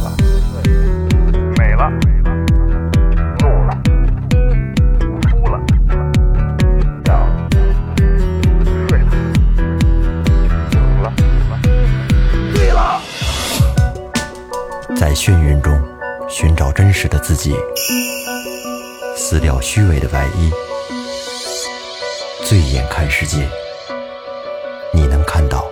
美了，怒了，哭了，笑了，睡了，醒了，醉了。 在眩晕中寻找真实的自己，撕掉虚伪的外衣，醉眼看世界，你能看到。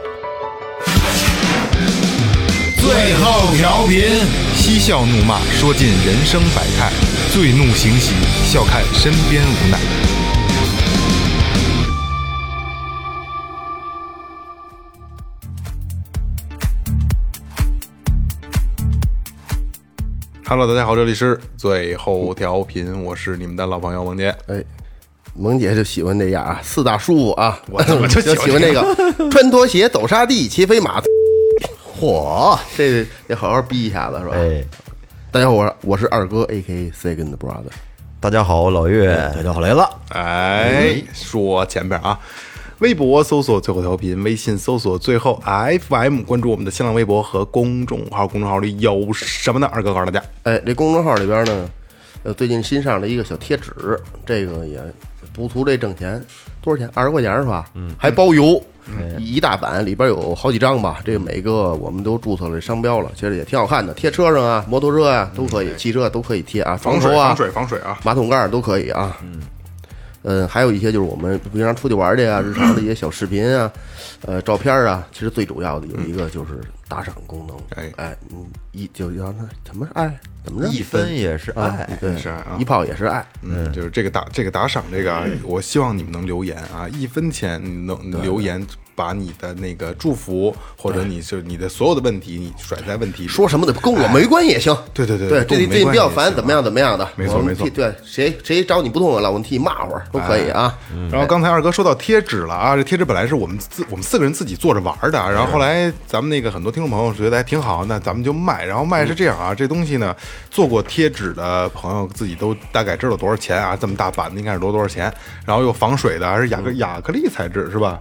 最后调频，嬉笑怒骂，说尽人生百态；醉怒行喜，笑看身边无奈。Hello， 大家好，这里是最后调频，我是你们的老朋友萌姐。 哎，萌姐就喜欢这样啊，四大舒服啊， 我怎么就喜欢这个穿拖鞋走沙地骑飞马。嚯，这得好好逼一下子是吧？ 哎， 大家好，我是二哥 ，A.K.A. Second Brother。 大家好，老岳。大家好，雷了。 哎，说前边啊，微博搜索最后调频，微信搜索最后 FM， 关注我们的新浪微博和公众号。公众号里有什么呢？二哥告诉大家。 哎，这公众号里边呢，最近新上了一个小贴纸，这个也不图这挣钱，多少钱？20块钱是吧？还包邮。一大版里边有好几张吧，这个每个我们都注册了商标了，其实也挺好看的，贴车上啊、摩托车啊都可以，汽车都可以贴啊， 防水啊、防水啊， 马桶盖都可以啊。还有一些就是我们平常出去玩去啊，日常的一些小视频啊，照片啊，其实最主要的有一个就是打赏功能。哎，就叫那怎么爱怎么着， 一分也是爱， 对， 是啊， 一炮也是爱。 就是这个打赏这个啊，我希望你们能留言啊，1分钱你能留言。把你的那个祝福，或者你就是你的所有的问题，你甩在问题里， 说什么的跟我没关系也行。对，这比较烦，怎么样的， 没错。 对，谁找你不痛了，我们替你骂会儿都可以啊。 然后刚才二哥说到贴纸了啊，这贴纸本来是我们4个人自己做着玩的，然后后来咱们那个很多听众朋友觉得还挺好，那咱们就卖。然后卖是这样啊，这东西呢，做过贴纸的朋友自己都大概知道多少钱啊，这么大版的应该是多少钱，然后又防水的，还是亚克力材质是吧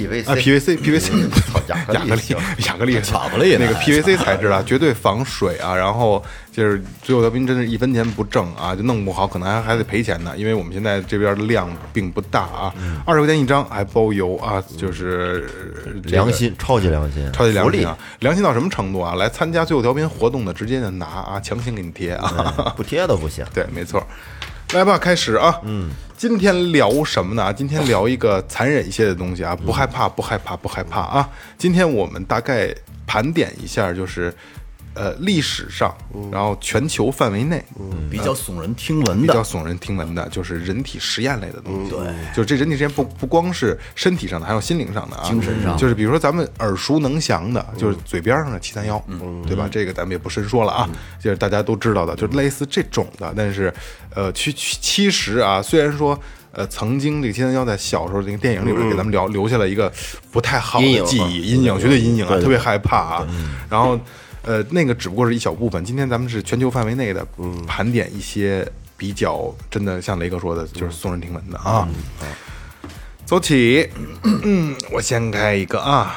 ？PVC，亚克力巧克力那个 PVC 材质啊，绝对防水啊。然后就是最后调频真是1分钱不挣啊，就弄不好可能还得赔钱呢，因为我们现在这边的量并不大啊，20块钱一张还包邮啊，就是良心，超级良心啊！良心到什么程度啊？来参加最后调频活动的直接就拿啊，强行给你贴啊， 不贴都不行。 对，没错。来吧，开始啊！今天聊什么呢？今天聊一个残忍一些的东西啊，不害怕啊！今天我们大概盘点一下，就是历史上，然后全球范围内， 比较耸人听闻的， 就是人体实验类的东西。对，就是这人体实验不光是身体上的，还有心灵上的啊， 精神上， 就是比如说咱们耳熟能详的，就是嘴边上的731，对吧？这个咱们也不深说了啊，就是大家都知道的，就是类似这种的。但是，其实啊，虽然说。曾经这个731在小时候这个电影里边给咱们留下了一个不太好的记忆，阴影，绝对阴影啊，特别害怕啊。然后，那个只不过是一小部分。今天咱们是全球范围内的盘点一些比较真的，像雷哥说的，就是耸人听闻的啊。走起，我先开一个啊，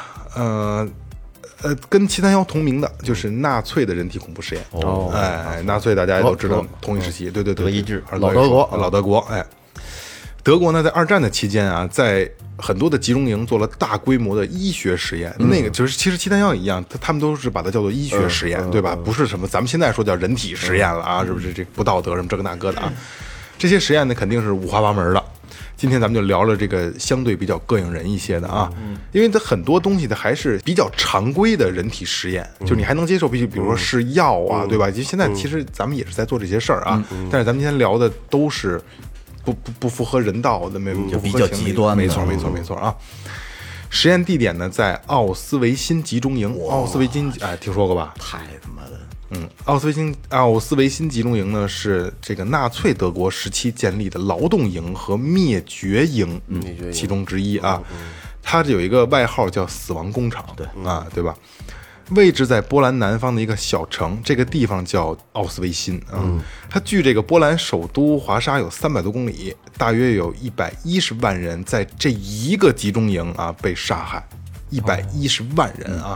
跟731同名的就是纳粹的人体恐怖实验。纳粹大家也都知道，同一时期，对， 德意志， 老德国，哎。德国呢，在2战的期间啊，在很多的集中营做了大规模的医学实验。那个就是其实731一样，他们都是把它叫做医学实验，对吧？不是什么咱们现在说叫人体实验了啊，是不是？这不道德什么这个那个的啊。这些实验呢，肯定是五花八门的。今天咱们就聊了这个相对比较膈应人一些的啊，因为它很多东西它还是比较常规的人体实验，就是你还能接受，比如说试药啊，对吧？现在其实咱们也是在做这些事儿啊，但是咱们今天聊的都是。不符合人道的， 就比较极端的， 没错啊。实验地点呢在奥斯维辛集中营，奥斯维辛听说过吧？ 太他妈的， 奥斯维辛集中营呢是这个纳粹德国时期建立的劳动营和灭绝营其中之一啊。它有一个外号叫死亡工厂，对吧？位置在波兰南方的一个小城，这个地方叫奥斯维辛啊。它距这个波兰首都华沙有300多公里，大约有110万人在这一个集中营啊被杀害，110万人啊。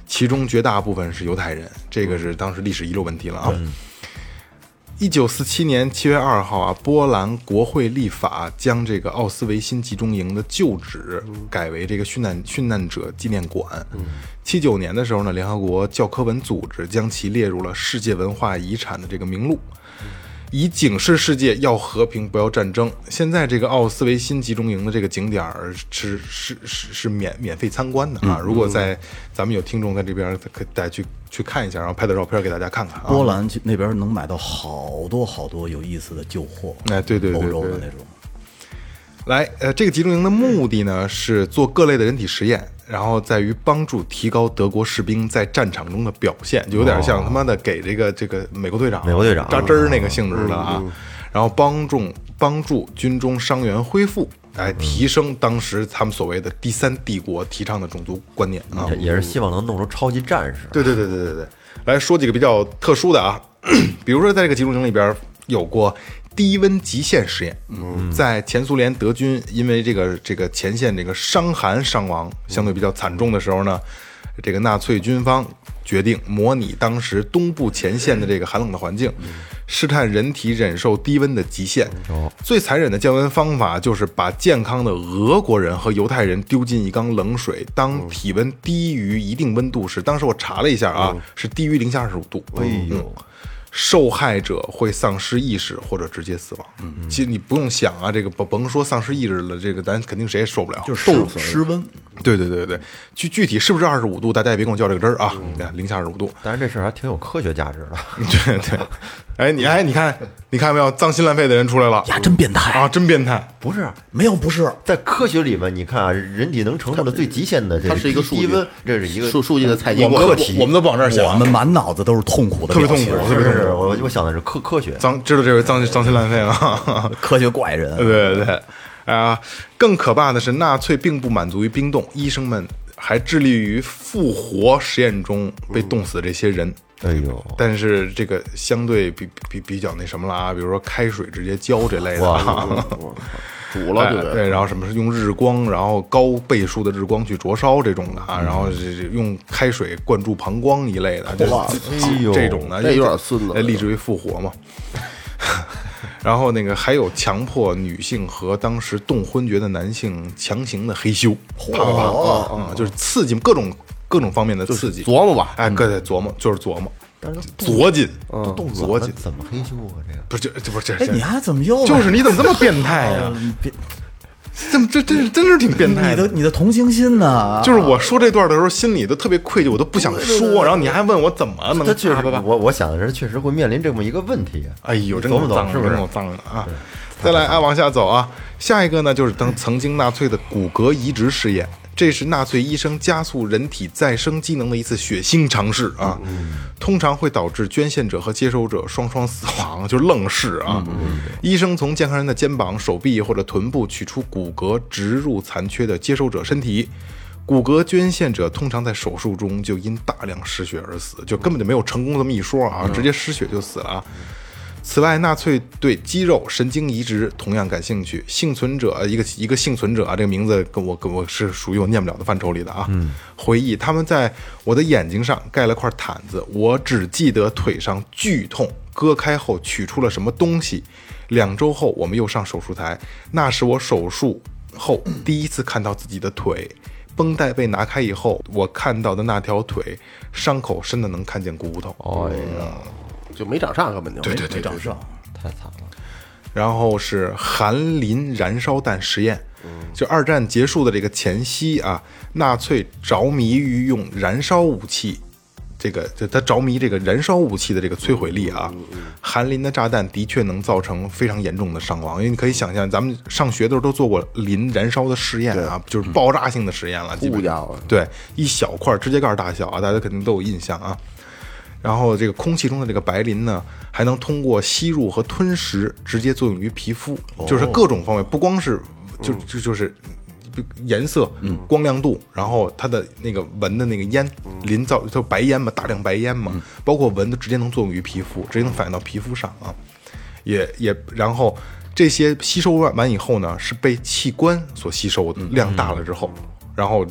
其中绝大部分是犹太人，这个是当时历史遗留问题了啊。1947年7月2号啊，波兰国会立法将这个奥斯维辛集中营的旧址改为这个殉难者纪念馆。79年的时候呢，联合国教科文组织将其列入了世界文化遗产的这个名录，以警示世界要和平不要战争。现在这个奥斯维辛集中营的这个景点是免费参观的啊！如果咱们有听众在这边，可以带去看一下，然后拍点照片给大家看看啊。 波兰那边能买到好多有意思的旧货， 哎，对， 欧洲的那种。 来，这个集中营的目的呢是做各类的人体实验，然后在于帮助提高德国士兵在战场中的表现，就有点像他妈的给这个美国队长扎针儿那个性质的啊，然后帮助军中伤员恢复，来提升当时他们所谓的第三帝国提倡的种族观念啊， 也是希望能弄出超级战士。 对，来说几个比较特殊的啊，比如说在这个集中营里边有过低温极限实验，在前苏联德军因为这个前线这个伤寒伤亡相对比较惨重的时候呢，这个纳粹军方决定模拟当时东部前线的这个寒冷的环境，试探人体忍受低温的极限。最残忍的降温方法就是把健康的俄国人和犹太人丢进一缸冷水，当体温低于一定温度时，当时我查了一下啊，是低于-25度。哎呦！受害者会丧失意识或者直接死亡。其实你不用想啊，这个甭说丧失意识了，这个咱肯定谁也受不了， 就是冻死失温。 对，具体是不是25度，大家也别跟我较这个真儿啊，-25度。 但是这事儿还挺有科学价值的。 对，你看没有，脏心烂肺的人出来了呀，真变态啊，真变态。 不是， 没有，不是在科学里面，你看啊，人体能承受的最极限的， 它是一个数据低温，这是一个数据的采集课题，我们都不往这儿想， 我们满脑子都是痛苦的， 特别痛苦，特别痛苦。 我想的是科学， 知道这位脏心烂肺了， 科学怪人。 对啊，更可怕的是，纳粹并不满足于冰冻，医生们还致力于复活实验中被冻死的这些人。 哎呦！ 但是这个相对比较那什么了啊，比如说开水直接浇这类的， 煮了对，然后什么是用日光，然后高倍数的日光去灼烧这种的啊，然后用开水灌注膀胱一类的，这种的， 这有点孙子， 立志于复活嘛。然后那个还有强迫女性和当时冻昏厥的男性强行的黑修，就是刺激各种方面的刺激， 琢磨吧， 哎，对，琢磨就是琢磨，琢紧， 琢紧，怎么黑修啊？这个不是， 哎，你还怎么又？ 就是你怎么这么变态呀？这真是挺变态的。 你的同情心呢？ 就是我说这段的时候，心里都特别愧疚，我都不想说。然后你还问我怎么能？ 他确实，我想的是确实会面临这么一个问题。 哎呦，真够脏，是不是？够脏的啊！再来啊，往下走啊。下一个呢，就是曾经纳粹的骨骼移植实验。这是纳粹医生加速人体再生机能的一次血腥尝试啊，通常会导致捐献者和接受者双双死亡，就是愣试啊。医生从健康人的肩膀、手臂或者臀部取出骨骼，植入残缺的接受者身体。骨骼捐献者通常在手术中就因大量失血而死，就根本就没有成功这么一说啊，直接失血就死了啊。此外，纳粹对肌肉、神经移植同样感兴趣。幸存者一个幸存者啊，这个名字跟我是属于我念不了的范畴里的啊。回忆他们在我的眼睛上盖了块毯子，我只记得腿上剧痛，割开后取出了什么东西。2周后，我们又上手术台，那是我手术后第一次看到自己的腿。绷带被拿开以后，我看到的那条腿伤口深的能看见骨头。 哎呀！ 就没长上，根本就对， 没长上， 太惨了。 然后是含磷燃烧弹实验，就2战结束的这个前夕啊，纳粹着迷于用燃烧武器，他着迷这个燃烧武器的这个摧毁力啊。含磷的炸弹的确能造成非常严重的伤亡，因为你可以想象，咱们上学的时候都做过磷燃烧的试验啊，就是爆炸性的实验了，基本上对一小块指甲盖大小啊，大家肯定都有印象啊。然后这个空气中的这个白磷呢，还能通过吸入和吞食直接作用于皮肤，就是各种方面，不光是就是颜色、光亮度，然后它的那个闻的那个烟，磷造就白烟嘛，大量白烟嘛，包括闻的直接能作用于皮肤，直接能反映到皮肤上啊，然后这些吸收完以后呢，是被器官所吸收的，量大了之后，然后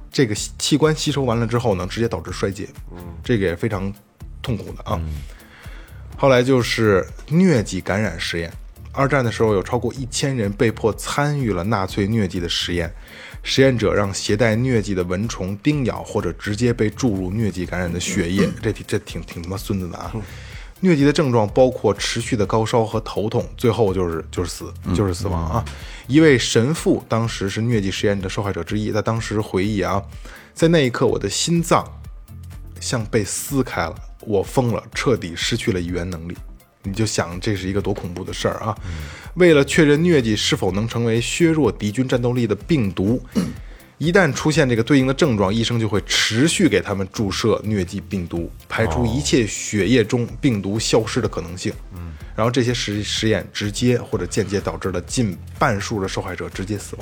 这个器官吸收完了之后呢，直接导致衰竭，这个也非常痛苦的啊。后来就是疟疾感染实验，二战的时候有超过1000人被迫参与了纳粹疟疾的实验，实验者让携带疟疾的蚊虫叮咬或者直接被注入疟疾感染的血液，这挺他妈孙子的啊。疟疾的症状包括持续的高烧和头痛，最后就是死亡啊。一位神父当时是疟疾实验的受害者之一，他当时回忆啊，在那一刻我的心脏像被撕开了，我疯了，彻底失去了语言能力。你就想这是一个多恐怖的事儿啊！为了确认疟疾是否能成为削弱敌军战斗力的病毒，一旦出现这个对应的症状，医生就会持续给他们注射疟疾病毒，排除一切血液中病毒消失的可能性。然后这些实验直接或者间接导致了近半数的受害者直接死亡。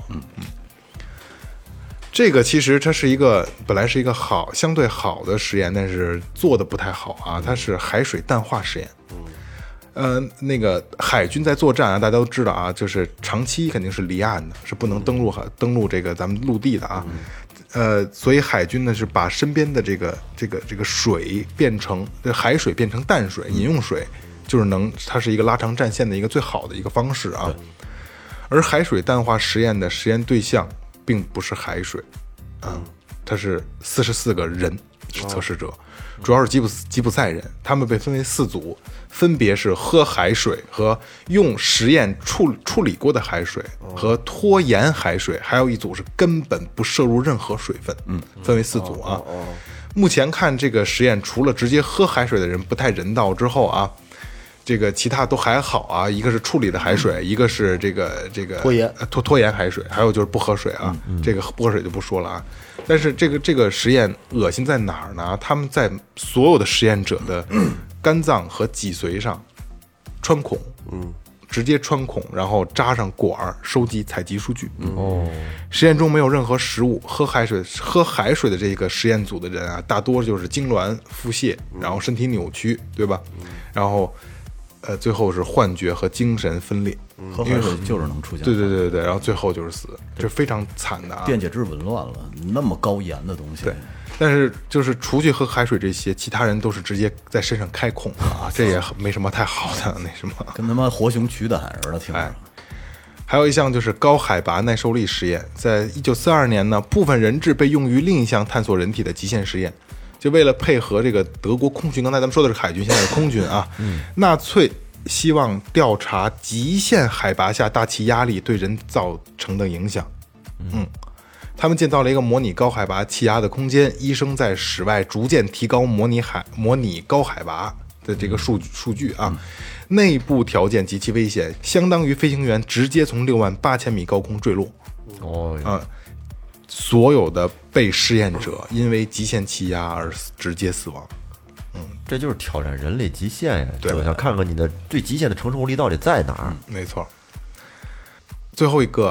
这个其实它是一个本来是一个相对好的实验，但是做的不太好啊。它是海水淡化实验。那个海军在作战啊，大家都知道啊，就是长期肯定是离岸的，是不能登陆这个咱们陆地的啊。所以海军呢是把身边的这个水变成海水变成淡水，饮用水，就是它是一个拉长战线的一个最好的一个方式啊。而海水淡化实验的实验对象并不是海水，它是44个人是测试者。主要是吉普赛人，他们被分为4组，分别是喝海水和用实验处理过的海水和脱盐海水，还有一组是根本不摄入任何水分，分为4组啊。目前看这个实验，除了直接喝海水的人不太人道之后啊，这个其他都还好啊。一个是处理的海水，一个是这个脱盐海水，还有就是不喝水啊。这个不喝水就不说了啊。但是这个实验恶心在哪儿呢？他们在所有的实验者的肝脏和脊髓上穿孔，直接穿孔，然后扎上管收集采集数据。实验中没有任何食物，喝海水的这个实验组的人啊，大多就是痉挛、腹泻，然后身体扭曲，对吧？然后最后是幻觉和精神分裂。 喝海水就是能出现。 对，然后最后就是死，这非常惨的啊！ 电解质紊乱了，那么高盐的东西。 对，但是就是除去喝海水这些，其他人都是直接在身上开孔啊，这也没什么太好的那什么， 跟他妈活熊取胆似的，听着。 还有一项就是高海拔耐受力实验，在1942年呢，部分人质被用于另一项探索人体的极限实验。就为了配合这个德国空军，刚才咱们说的是海军，现在是空军啊，纳粹希望调查极限海拔下大气压力对人造成的影响。他们建造了一个模拟高海拔气压的空间，医生在室外逐渐提高模拟高海拔的这个数据啊。内部条件极其危险，相当于飞行员直接从68000米高空坠落。所有的被试验者因为极限气压而直接死亡。 这就是挑战人类极限呀！ 对， 我想看看你的最极限的承受力到底在哪儿。 没错。最后一个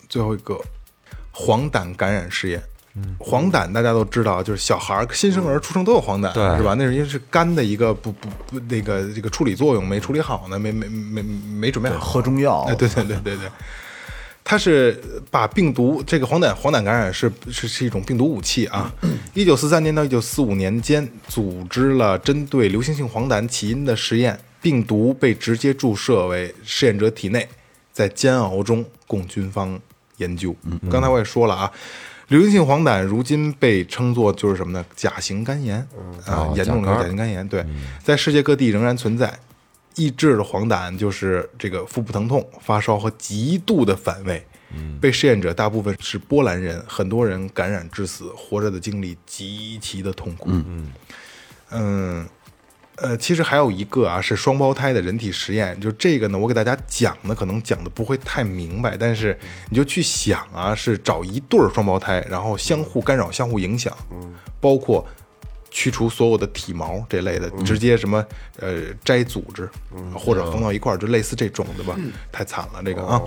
黄疸感染实验。黄疸大家都知道，就是小孩新生儿出生都有黄疸，是吧？那是因为是肝的一个这个处理作用没处理好呢，没准备好， 喝中药。 对。它是把病毒，这个黄疸感染是一种病毒武器啊。1943年到1945年间，组织了针对流行性黄疸起因的实验，病毒被直接注射为试验者体内，在煎熬中供军方研究。刚才我也说了啊，流行性黄疸如今被称作就是什么呢？甲型肝炎严重的甲型肝炎。对，在世界各地仍然存在。抑制的黄疸就是这个腹部疼痛、发烧和极度的反胃。被试验者大部分是波兰人，很多人感染致死，活着的经历极其的痛苦。其实还有一个啊，是双胞胎的人体实验。就这个呢，我给大家讲的可能讲的不会太明白，但是你就去想啊，是找一对双胞胎，然后相互干扰、相互影响，包括去除所有的体毛这类的，直接什么摘组织，或者缝到一块儿，就类似这种的吧。太惨了这个啊。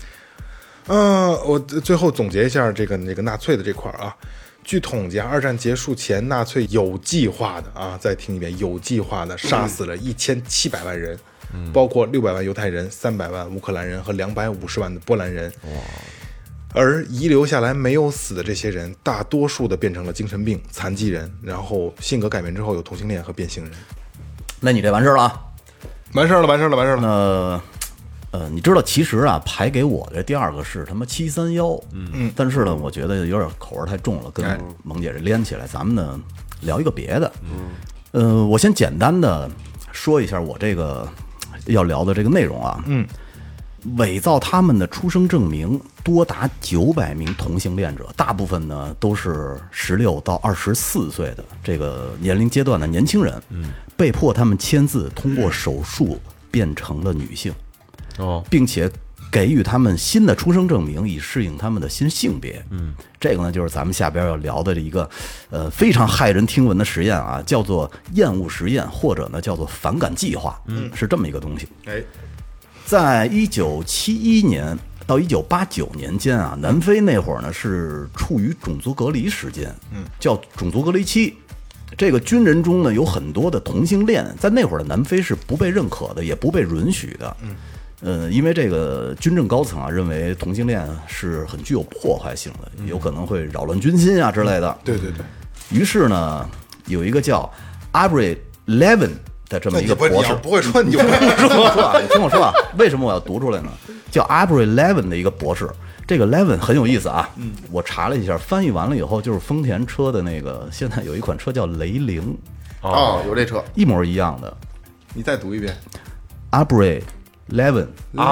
我最后总结一下这个纳粹的这块啊。据统计，二战结束前，纳粹有计划的啊，再听一遍，有计划的杀死了1700万人，包括600万犹太人、300万乌克兰人和250万的波兰人。 而遗留下来没有死的这些人，大多数的变成了精神病、残疾人，然后性格改变之后有同性恋和变性人。 那你这完事儿了啊？ 完事儿了。 你知道其实啊，排给我的第二个是他妈731，但是呢，我觉得有点口味太重了，跟萌姐这连起来，咱们呢聊一个别的。我先简单的说一下我这个要聊的这个内容啊。伪造他们的出生证明多达900名同性恋者，大部分呢都是16到24岁的这个年龄阶段的年轻人，被迫他们签字通过手术变成了女性，并且给予他们新的出生证明以适应他们的新性别。这个呢就是咱们下边要聊的这一个非常骇人听闻的实验啊，叫做厌恶实验，或者呢叫做反感计划，是这么一个东西。在1971年到1989年间啊，南非那会儿呢是处于种族隔离时间，叫种族隔离期。这个军人中呢有很多的同性恋，在那会儿的南非是不被认可的，也不被允许的。因为这个军政高层啊认为同性恋是很具有破坏性的，有可能会扰乱军心啊之类的。 对。 于是呢，有一个叫 Aubrey Levin的这么一个博士， 你不会说你就不说啊，你听我说啊，为什么我要读出来呢？叫 Aubrey Levin 的一个博士，这个 Levin 很有意思啊。我查了一下，翻译完了以后，就是丰田车的那个，现在有一款车叫雷凌， 有这车一模一样的。 你再读一遍 Aubrey Levin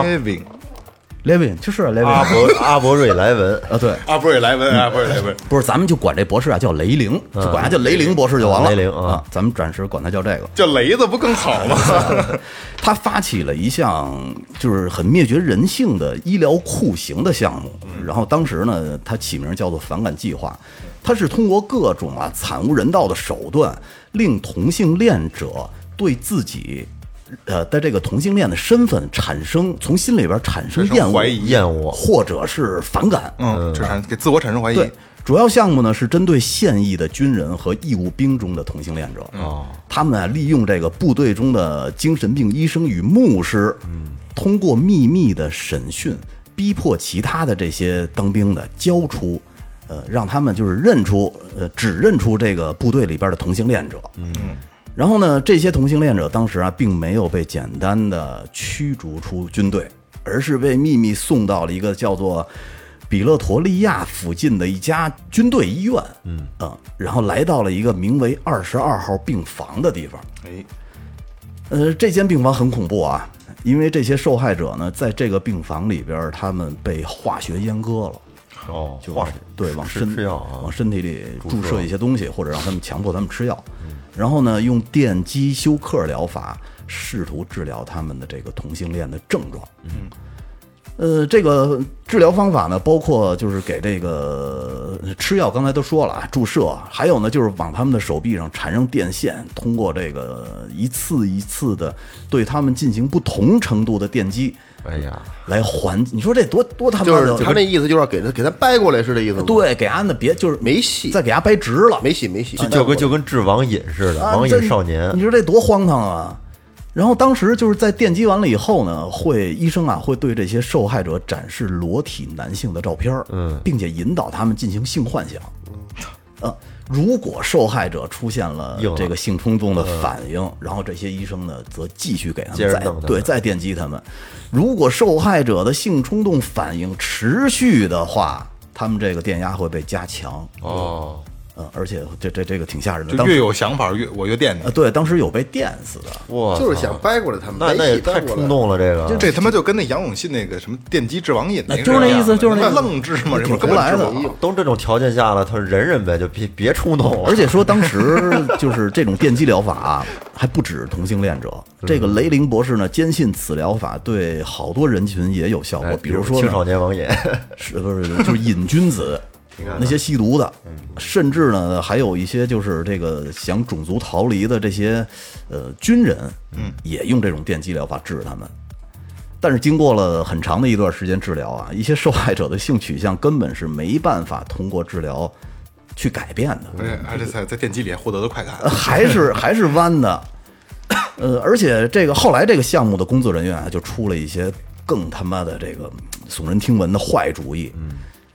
Levin 就是 Levin 阿伯瑞莱文啊，对， 阿布瑞莱文， 不是，咱们就管这博士啊叫雷凌，就管他叫雷凌博士就完了。 雷凌啊，咱们暂时管他叫这个， 叫雷子不更好吗？ 他发起了一项就是很灭绝人性的医疗酷刑的项目，然后当时呢，他起名叫做反感计划。他是通过各种惨无人道的手段，令同性恋者对自己的这个同性恋的身份从心里边产生厌恶或者是反感， 给自我产生怀疑。 对，主要项目呢是针对现役的军人和义务兵中的同性恋者。他们利用这个部队中的精神病医生与牧师，通过秘密的审讯，逼迫其他的这些当兵的交出，让他们就是只认出这个部队里边的同性恋者。然后呢，这些同性恋者当时并没有被简单的驱逐出军队，而是被秘密送到了一个叫做比勒陀利亚附近的一家军队医院，然后来到了一个名为22号病房的地方。这间病房很恐怖啊，因为这些受害者呢，在这个病房里边，他们被化学阉割了。就对，往身体里注射一些东西，或者让他们强迫他们吃药，然后呢，用电击休克疗法试图治疗他们的这个同性恋的症状。这个治疗方法呢，包括就是给这个吃药，刚才都说了啊，注射，还有呢就是往他们的手臂上缠上电线，通过这个一次一次的对他们进行不同程度的电击，来缓。你说这多他妈的， 就是他那意思就是给他掰过来是这意思吗？ 对，给安的别就是没戏， 再给他掰直了， 没戏， 就跟治网瘾似的，网瘾少年。 你说这多荒唐啊！然后当时就是在电击完了以后呢，医生会对这些受害者展示裸体男性的照片，并且引导他们进行性幻想。如果受害者出现了这个性冲动的反应，然后这些医生呢则继续给他们再电击他们。如果受害者的性冲动反应持续的话，他们这个电压会被加强。而且这个挺吓人的， 就越有想法我越电你。 对，当时有被电死的， 就是想掰过来他们， 那也太冲动了， 这他妈就跟那杨永信那个什么电击治网瘾那个， 就是那意思，就是那愣治嘛，这根本来的。 都这种条件下了，他忍呗，就别冲动了。 而且说当时就是这种电击疗法还不止同性恋者，这个雷凌博士呢坚信此疗法对好多人群也有效果，比如说青少年网瘾， 就是瘾君子。那些吸毒的，甚至呢，还有一些就是这个想种族逃离的这些军人，也用这种电击疗法治他们。但是经过了很长的一段时间治疗一些受害者的性取向根本是没办法通过治疗去改变的， 而且在电击里获得的快感还是弯的。而且这个后来这个项目的工作人员就出了一些更他妈的这个耸人听闻的坏主意。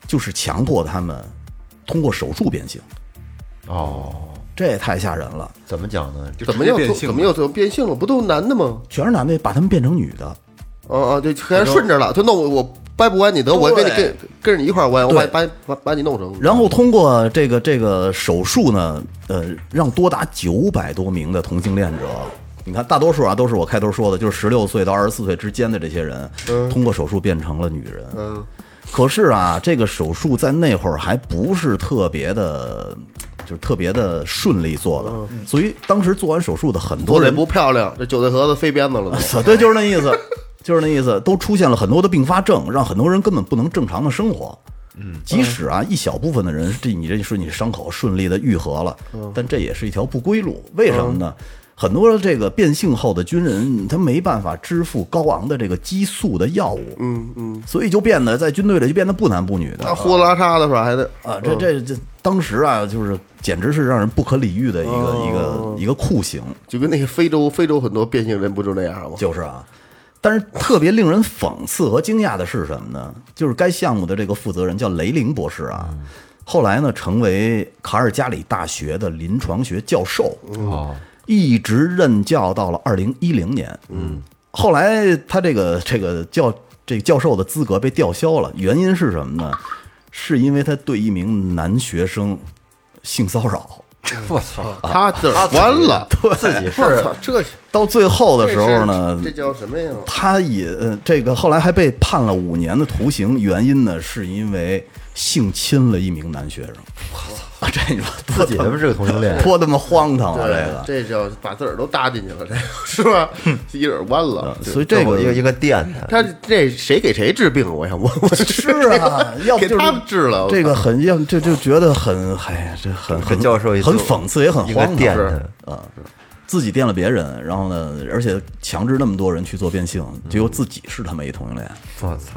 就是强迫他们通过手术变性， 哦， 这也太吓人了。 怎么讲呢？ 怎么又变性怎么又变性了？不都男的吗？ 全是男的，把他们变成女的。 就还顺着了，就弄我掰不完你得，我跟你跟着你一块儿弯，我把你弄成。 然后通过这个手术呢，让多达900多名的同性恋者，你看大多数啊都是我开头说的，就是16岁到24岁之间的这些人，通过手术变成了女人。可是啊，这个手术在那会儿还不是特别的，就是特别的顺利做的，所以当时做完手术的很多人做的不漂亮，这韭菜盒子飞鞭子了都。 对，就是那意思，就是那意思，都出现了很多的并发症，让很多人根本不能正常的生活。即使啊一小部分的人，你说你伤口顺利的愈合了，但这也是一条不归路。为什么呢？很多这个变性后的军人，他没办法支付高昂的这个激素的药物，所以就变得在军队里就变得不男不女的， 呼啦嚓的是吧？还得啊，这当时啊，就是简直是让人不可理喻的一个酷刑， 就跟那个非洲很多变性人不就那样吗？ 就是啊。但是特别令人讽刺和惊讶的是什么呢？就是该项目的这个负责人叫雷凌博士啊，后来呢成为卡尔加里大学的临床学教授，一直任教到了2010年。后来他这个教授的资格被吊销了，原因是什么呢？是因为他对一名男学生性骚扰。 我操， 他这完了， 自己是这到最后的时候呢， 这叫什么呀？ 他也这个后来还被判了5年的徒刑，原因呢是因为性侵了一名男学生。我操，这你说自己不是个同性恋， 多他妈荒唐啊！ 这叫把自个儿都搭进去了，这个是吧？一耳弯了， 所以这个一个电他这谁给谁治病？我想我是啊，要不给他们治了， 这个很让这就觉得很这很教授很讽刺，也很荒唐啊。 自己电了别人，然后呢，而且强制那么多人去做变性，结果自己是他妈一同性恋。 我操，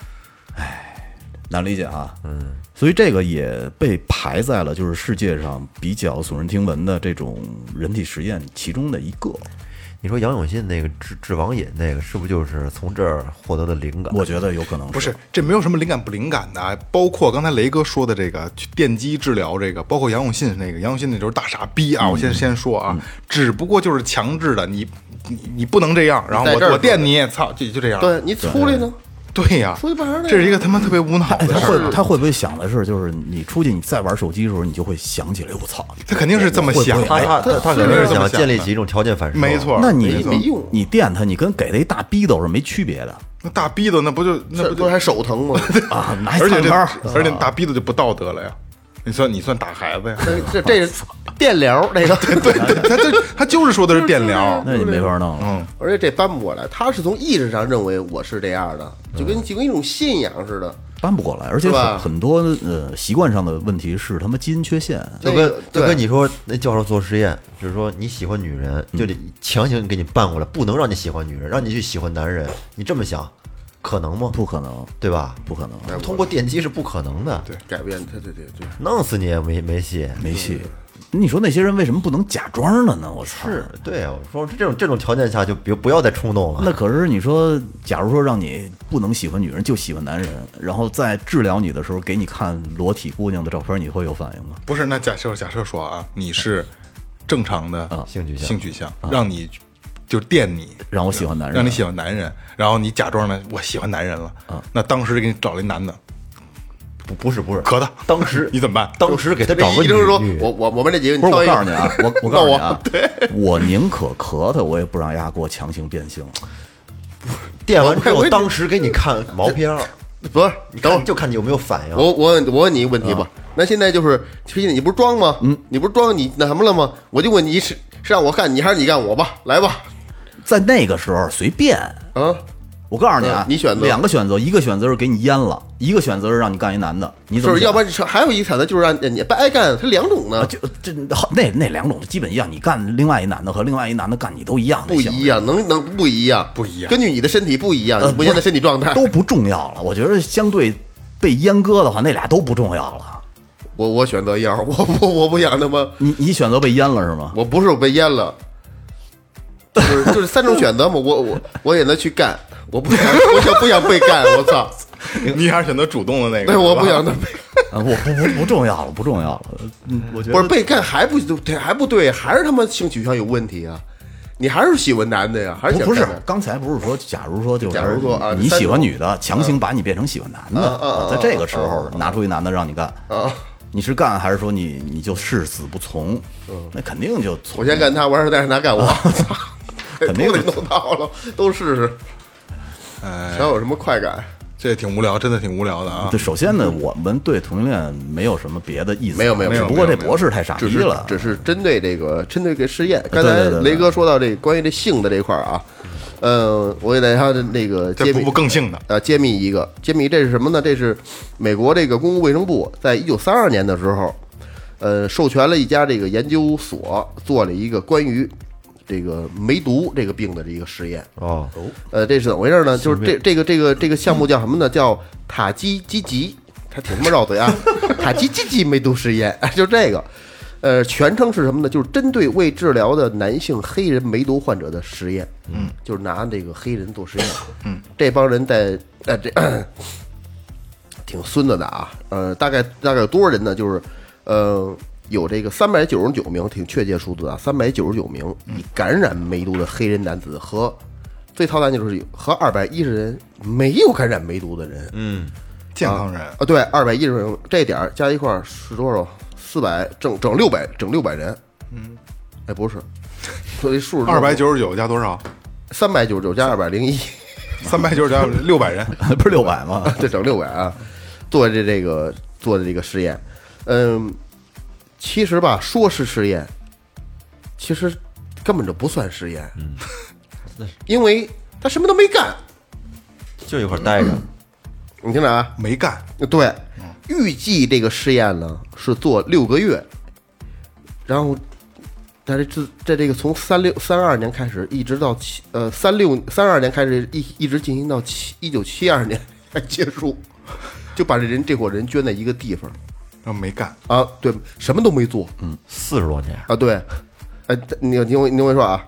难理解啊。所以这个也被排在了就是世界上比较耸人听闻的这种人体实验其中的一个。 你说杨永信那个治网瘾那个，是不是就是从这儿获得的灵感？ 我觉得有可能不是，这没有什么灵感不灵感的啊。包括刚才雷哥说的这个电击治疗，这个包括杨永信那个，杨永信那就是大傻逼啊！我先说啊，只不过就是强制的，你不能这样，然后我电你，操，就这样。 对你出来呢？ 对呀，这是一个他妈特别无脑的事儿。 他会不会想的是，就是你出去你再玩手机的时候，你就会想起来，我操！ 他肯定是这么想， 他肯定是想建立起一种条件反射。 没错， 那你没用， 你电他，你跟给他一大逼斗是没区别的。 那大逼斗那不就还手疼吗？ 啊， 而且大逼斗就不道德了呀。你算打孩子呀？ 这电疗那个， 对，他就是说的是电疗， 那你没法弄了。 而且这搬不过来，他是从意识上认为我是这样的，就跟一种信仰似的， 搬不过来。而且很多习惯上的问题是他妈基因缺陷。 就跟你说，那教授做实验，就是说你喜欢女人，就得强行给你搬过来，不能让你喜欢女人，让你去喜欢男人。你这么想？可能吗？ 不可能， 对吧？ 不可能， 通过电击是不可能的。 对， 改变，对， 弄死你也没戏， 没戏。你说那些人为什么不能假装了呢？我操！ 是对啊，我说这种条件下就不要再冲动了。 那可是你说，假如说让你不能喜欢女人，就喜欢男人，然后在治疗你的时候给你看裸体姑娘的照片，你会有反应吗？ 不是，那假设说啊，你是正常的性取向，让你。就电你， 让我喜欢男人， 让你喜欢男人，然后你假装呢，我喜欢男人了，那当时给你找了一男的， 不是， 可的， 当时你怎么办？ 当时给他找个医生说，我们这几个， 不是我告诉你啊，我告诉你啊， 对， 我宁可咳他，我也不让丫给我强行变性。 电完之后，当时给你看毛片， 不是，你等会儿就看你有没有反应。 我问你一个问题吧，那现在就是你不是装吗？你不是装你那什么了吗？我就问你是让我干你还是你干我吧？来吧。 在那个时候随便啊， 我告诉你啊， 你选择 2个选择，一个选择是给你阉了，一个选择是让你干一男的，你怎么就是要不然还有一个选择就是让你不爱干，它2种呢， 就那2种基本一样，你干另外一男的和另外一男的干你都一样， 不一样，能不一样， 不一样， 根据你的身体不一样，你目前的身体状态都不重要了。我觉得相对被阉割的话，那俩都不重要了。 我选择1，我不想他妈， 你选择被阉了是吗？ 我不是我被阉了。就是3种选择嘛，我也能去干，我不想被干，我操！ 你还是选择主动的那个。 对，我不想我不重要了，不重要了。我觉得不是被干还不对，还是他妈性取向有问题啊！你还是喜欢男的呀？还是不是想干的刚才不是说，假如说就是假如说啊你喜欢女的，强行把你变成喜欢男的，在这个时候拿出一男的让你干你是干还是说你就誓死不从？那肯定就我先干他，我让他让他干我，操， 肯定都得弄到了，都试试， 哎， 想有什么快感？ 这挺无聊，真的挺无聊的啊。 对，首先呢，我们对同性恋没有什么别的意思， 没有只不过这博士太傻逼了， 只是针对这个实验。刚才对对对对雷哥说到这关于这性的这块儿啊，我给大家那个揭秘这不更性的， 揭秘这是什么呢？这是美国这个公共卫生部在1932年的时候，授权了一家这个研究所做了一个关于这个梅毒这个病的这个实验。这是怎么回事呢？就是这个项目叫什么呢？叫塔基基吉，它挺他妈绕嘴啊！塔基基吉梅毒实验，就这个。全称是什么呢？就是针对未治疗的男性黑人梅毒患者的实验。就是拿这个黑人做实验。这帮人在这挺孙子的啊。大概有多少人呢？就是有这个399名，挺确切数字啊，399名已感染梅毒的黑人男子和最操蛋就是和210人没有感染梅毒的人。 健康人对，210人这点加一块儿是多少？400整600人。不是，所以数 299加多少 ？399加201。 399加600人， 不是600吗？ 这整600啊，做的这个实验。其实吧，说是实验，其实根本就不算实验。因为他什么都没干， 就一块待着。 你听着啊， 没干。 对，预计这个实验呢是做6个月，然后在这个从32年开始，一直到32年开始一直进行到1972年才结束，就把这伙人圈在一个地方。 没干啊，对，什么都没做 ，40多年啊，对，你听我说啊，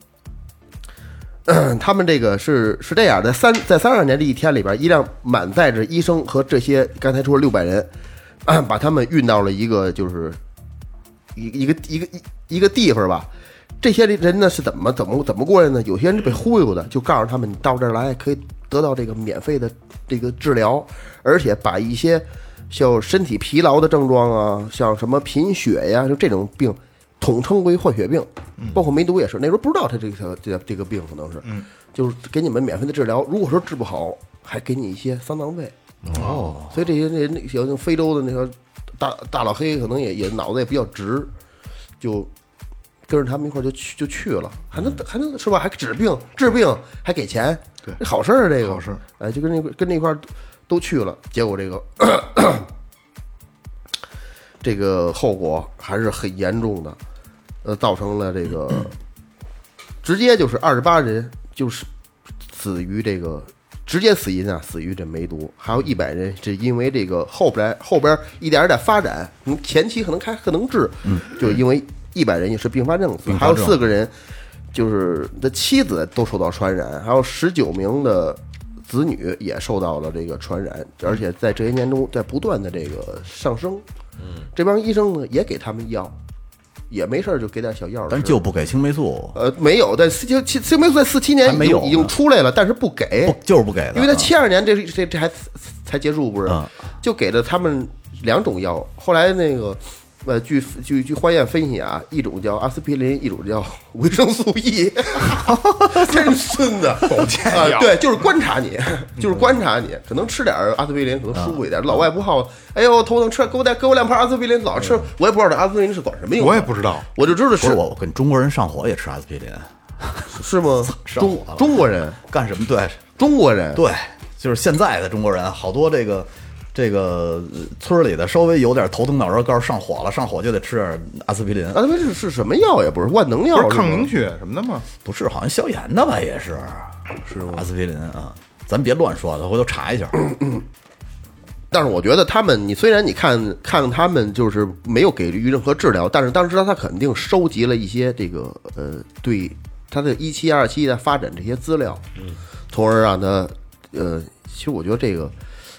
他们这个是这样的，在32年这一天里边，一辆满载着医生和这些刚才说600人，把他们运到了一个就是一个地方吧。这些人呢是怎么过来呢？有些人是被忽悠的，就告诉他们你到这儿来可以得到这个免费的这个治疗，而且把一些像身体疲劳的症状啊，像什么贫血呀，就这种病统称为坏血病，包括梅毒也是。那时候不知道他这个病可能是，就是给你们免费的治疗。如果说治不好，还给你一些丧葬费。所以这些人像非洲的那个大老黑，可能也脑子也比较直，就跟着他们一块就去了，还能是吧？还治病还给钱， 对， 这好事儿啊，这个好事。 哎，就跟那块都去了，结果这个后果还是很严重的，造成了这个直接就是28人就是死于这个直接死因啊，死于这梅毒，还有100人是因为这个后边一点点发展，前期可能治，就因为100人也是并发症死，还有4个人就是的妻子都受到传染，还有19名的子女也受到了这个传染，而且在这些年中在不断的这个上升。这帮医生呢也给他们药，也没事就给点小药， 但就不给青霉素。 没有，在青霉素在47年已经出来了，但是不给，就是不给的，因为他72年这还才结束，不是？就给了他们2种药，后来那个。据化验分析啊，一种叫阿司匹林，一种叫维生素 E， 真孙子， 保健药。 对，就是观察你，可能吃点阿司匹林可能舒服一点。老外不好，哎呦头疼，给我2盘阿司匹林，老吃，我也不知道这阿司匹林是管什么用， 我也不知道， 我就知道是我跟中国人上火也吃阿司匹林， 是吗？中国人干什么？对， 中国人对，就是现在的中国人，好多这个村里的稍微有点头疼脑热，告诉上火就得吃点阿司匹林。 阿司匹林是什么药呀？不是万能药， 不是抗凝血什么的吗？ 不是，好像消炎的吧？也是阿司匹林啊。咱别乱说了，回头查一下。 但是我觉得他们，虽然你看他们就是没有给予任何治疗，但是当时他肯定收集了一些这个对他的17、27的发展这些资料，从而让他其实我觉得这个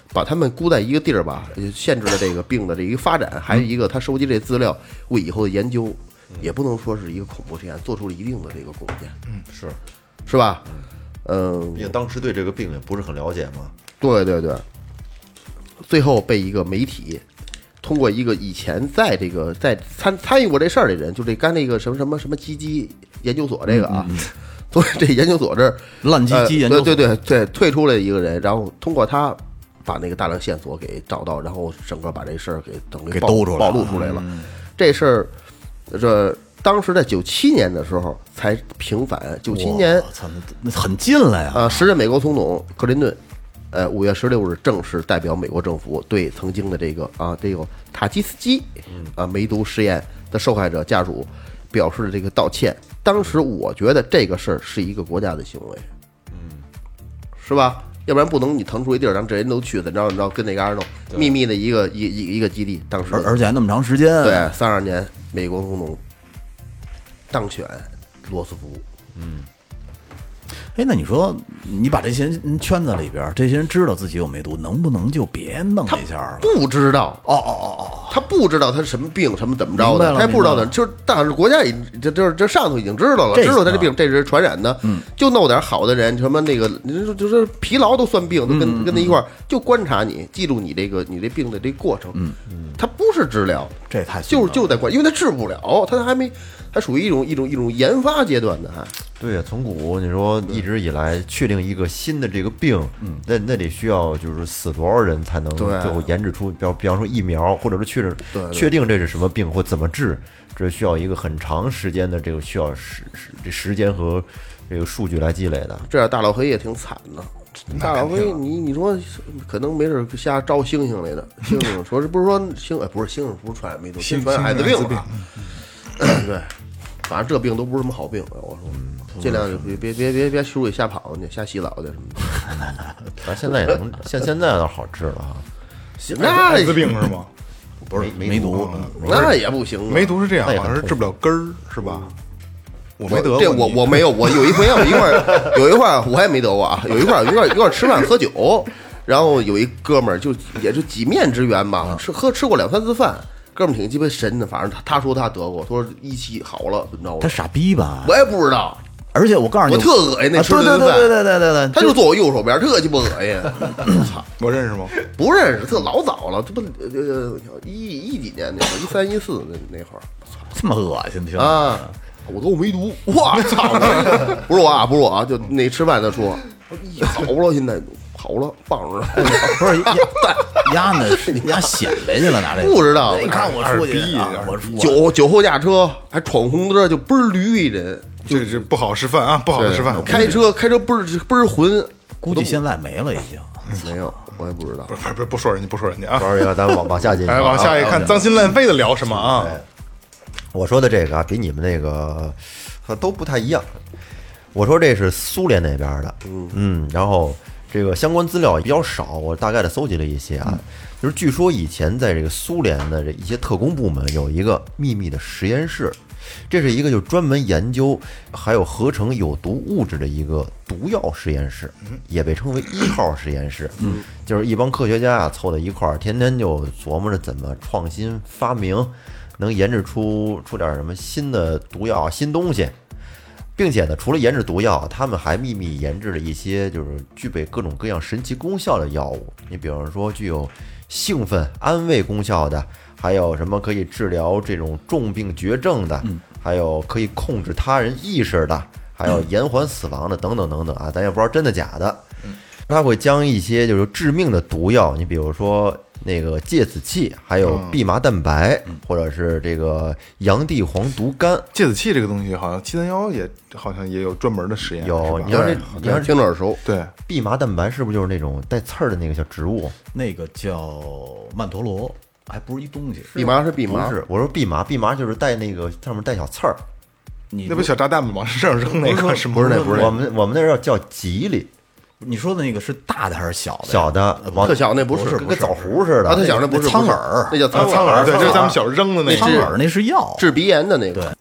把他们箍在一个地儿吧，限制了这个病的这一个发展，还有一个他收集这资料为以后的研究，也不能说是一个恐怖实验，做出了一定的这个贡献，是吧？ 毕竟当时对这个病也不是很了解嘛。 对对对，最后被一个媒体通过一个以前在参与过这事儿的人，就这干那个什么鸡鸡研究所这个啊，从这研究所这儿烂鸡鸡研究所对退出来一个人，然后通过他把那个大量线索给找到，然后整个把这事儿给兜出来暴露出来了。这事儿当时在97年的时候才平反，97年操，那很近了呀。 时任美国总统克林顿，5月16日正式代表美国政府对曾经的这个塔基斯基梅毒实验的受害者家属表示了这个道歉。当时我觉得这个事儿是一个国家的行为，是吧？要不然不能你腾出一地儿让这人都去，怎着跟那嘎弄秘密的一个基地。当时而且还那么长时间， 对，32年美国总统当选罗斯福。 哎，那你说你把这些人圈在里边，这些人知道自己有梅毒，能不能就别弄一下了？ 不知道他不知道他是什么病，怎么着的，他也不知道的。就是但是国家已这上头已经知道了，知道他这病这是传染的，就弄点好的人，什么那个就是疲劳都算病，都跟他一块儿就观察你，记住你这病的这个过程。他不是治疗， 这太就在观，因为他治不了，他还属于一种研发阶段的还。 对呀，从古你说一直以来确定一个新的这个病，那得需要就是死多少人才能最后研制出，比方说疫苗，或者说确定这是什么病或怎么治，这需要一个很长时间的这个需要时间和这个数据来积累的。 这样大老黑也挺惨的。大老黑，你说可能没事瞎招猩猩来的，猩猩说是不是说不是猩猩不是传染梅毒，传染艾滋病了。对，反正这病都不是什么好病，我说尽量别出去瞎跑去，瞎洗澡去什么的。 反正现在也能，现在倒好治了哈。 那艾滋病是吗？ 不是梅毒， 那也不行。 梅毒是这样，好像是治不了根儿，是吧？我没得过， 这我没有，我有一回有一块我也没得过啊。有一块吃饭喝酒，然后有一哥们儿也是几面之缘吧，吃过2-3次饭。哥们儿挺鸡巴神的，反正他说他得过，说一期好了，怎么着？ 他傻逼吧？ 我也不知道。 而且我告诉你， 我特恶心那吃顿饭， 对， 他就坐我右手边，特鸡巴恶心。操， 我认识吗？ 不认识，特老早了，这不一几年那会儿，13、14那会儿， 这么恶心听啊！我都梅毒，我操！不是我啊，就那吃饭的说，好了，现在好了，棒着呢。 不是丫呢？是你丫显摆去了，拿这个不知道。 你看我出去， 酒后驾车还闯红灯，就倍儿驴一人。 这是不好示范啊，不好的示范。 开车倍儿混， 估计现在没了已经。 没有，我也不知道。 不说人家啊。 说这个，咱们往下进去。 往下一看，脏心烂肺的聊什么啊？ 我说的这个啊，比你们那个都不太一样。我说这是苏联那边的，然后这个相关资料也比较少，我大概的搜集了一些啊，就是据说以前在这个苏联的这一些特工部门有一个秘密的实验室，这是一个就专门研究还有合成有毒物质的一个毒药实验室，也被称为1号实验室。就是一帮科学家啊凑在一块儿，天天就琢磨着怎么创新发明，能研制出点什么新的毒药、新东西。并且呢，除了研制毒药，他们还秘密研制了一些就是具备各种各样神奇功效的药物。你比方说具有兴奋、安慰功效的，还有什么可以治疗这种重病绝症的，还有可以控制他人意识的，还有延缓死亡的，等等等等啊，咱也不知道真的假的。他会将一些就是致命的毒药，你比如说那个芥子气，还有蓖麻蛋白，或者是这个洋地黄毒苷。 芥子气这个东西，好像731也好像也有专门的实验。 有，你要听着耳熟。 对， 蓖麻蛋白是不是就是那种带刺儿的那个小植物？ 那个叫曼陀罗，还不是一东西。 蓖麻是蓖麻， 不是，我说蓖麻就是带那个上面带小刺儿。 那不小炸弹吗？往身上扔那个是吗？ 不是那，不是我们那叫吉利。 你说的那个是大的还是小的？ 小的， 特小那不是， 跟枣核似的。 特小那不是苍耳， 那叫苍耳，对，就是咱们小扔的那苍耳，那是药， 治鼻炎的那个。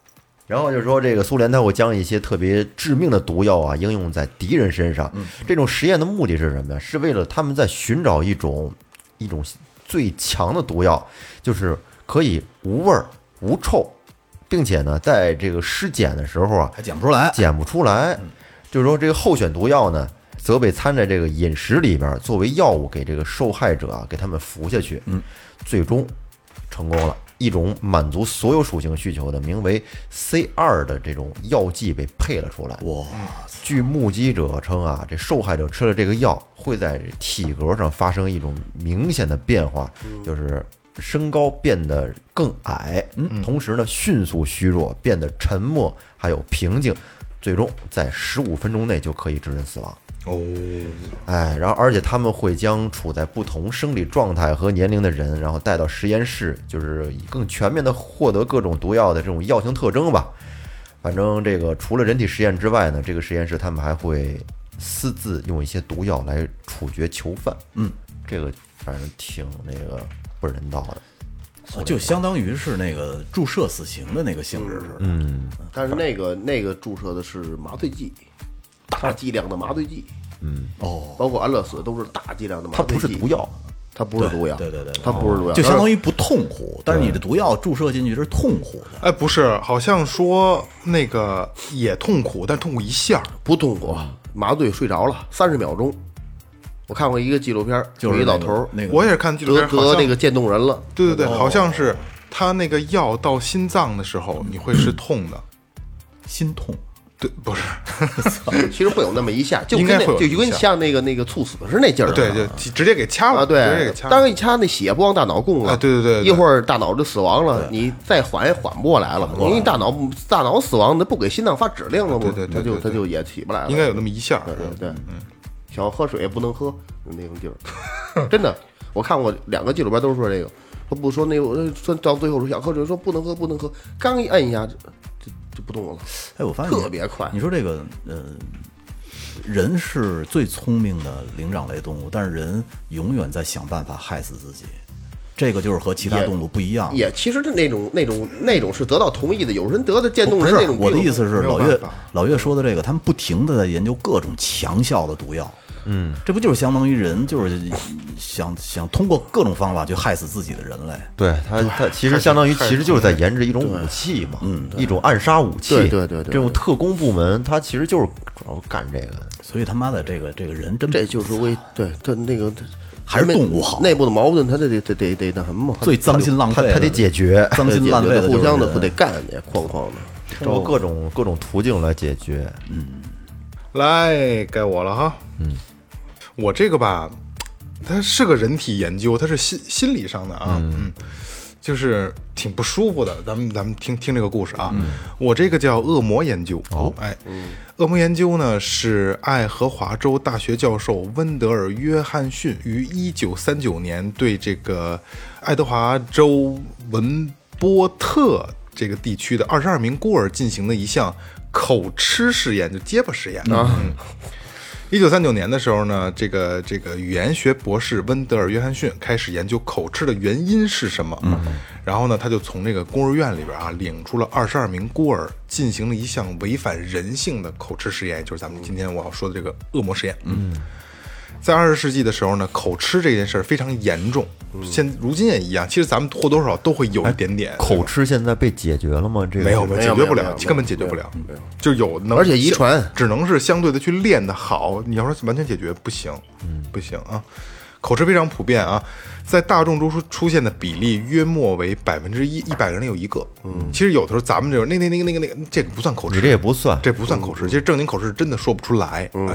然后就是说，这个苏联它会将一些特别致命的毒药啊应用在敌人身上。这种实验的目的是什么呀？是为了他们在寻找一种最强的毒药，就是可以无味儿、无臭，并且呢，在这个尸检的时候啊， 还检不出来。 检不出来。就是说，这个候选毒药呢，则被掺在这个饮食里边，作为药物给这个受害者啊，给他们服下去。最终成功了。一种满足所有属性需求的名为 C2 的这种药剂被配了出来。 哇！ 据目击者称啊，这受害者吃了这个药，会在体格上发生一种明显的变化，就是身高变得更矮，同时呢，迅速虚弱，变得沉默，还有平静，最终在15分钟内就可以致人死亡。然后而且他们会将处在不同生理状态和年龄的人，然后带到实验室，就是以更全面的获得各种毒药的这种药性特征吧。反正这个除了人体实验之外呢，这个实验室他们还会私自用一些毒药来处决囚犯。这个反正挺那个不人道的。 就相当于是那个注射死刑的那个性质似的。 但是那个注射的是麻醉剂，大剂量的麻醉剂。包括安乐死都是大剂量的麻醉剂。 它不是毒药， 它不是毒药， 对， 它不是毒药， 就相当于不痛苦，但是你的毒药注射进去是痛苦的。 哎，不是，好像说那个也痛苦，但痛苦一下， 不痛苦，麻醉睡着了30秒钟。我看过一个纪录片， 就是一老头儿， 那个我也是看纪录片， 得那个渐冻人了。 对，好像是他那个药到心脏的时候，你会是痛的， 心痛。 对，不是， 其实会有那么一下，就应该会有一下跟就跟像那个猝死是那劲儿。 对，直接给掐了啊， 直接对给，掐了。 当一掐那血不往大脑供了， 对， 一会儿大脑就死亡了，你再缓也缓不过来了。因为大脑死亡，那不给心脏发指令了吗？ 对， 他就也起不来了。 应该有那么一下。 对，想要喝水也不能喝，那种劲儿。真的，我看过2个纪录片都是说这个，说不说那个说到最后说想喝水，说不能喝，刚一摁一下就不动了。 哎，我发现特别快。 你说这个，人是最聪明的灵长类动物，但是人永远在想办法害死自己。这个就是和其他动物不一样。 也其实那种是得到同意的，有人得的渐冻人那种病。 我的意思是， 没有办法老岳说的这个，他们不停的在研究各种强效的毒药。这不就是相当于人就是想通过各种方法去害死自己的人类？ 对它其实相当于其实就是在研制一种武器嘛，一种暗杀武器。 对， 这种特工部门它其实就是主要干这个的。 所以他妈的这个人真这就是对他那个还是动物好， 内部的矛盾，他得那什么嘛， 最脏心浪费， 他得解决， 脏心烂肺的， 互相的不得干去，哐哐的， 通过各种途径来解决。 来，该我了哈。我这个吧，它是个人体研究，它是心理上的啊，就是挺不舒服的。咱们听这个故事啊。我这个叫恶魔研究。恶魔研究呢是爱荷华州大学教授温德尔·约翰逊于1939年对这个爱德华州文波特这个地区的22名孤儿进行的一项口吃实验，就结巴实验啊。1939年的时候呢，这个语言学博士温德尔·约翰逊开始研究口吃的原因是什么。然后呢，他就从这个孤儿院里边啊，领出了22名孤儿，进行了一项违反人性的口吃实验，就是咱们今天我要说的这个恶魔实验。在20世纪的时候呢，口吃这件事儿非常严重，如今也一样。其实咱们或多或少都会有一点点。 口吃现在被解决了吗？这个没有解决不了，根本解决不了。就有能， 而且遗传只能是相对的去练得好。你要说完全解决不行，不行啊。口吃非常普遍啊，在大众中出现的比例约莫为1%，100个人有1个。其实有的时候咱们这那个这个不算口吃， 你这也不算， 这不算口吃。其实正经口吃真的说不出来啊，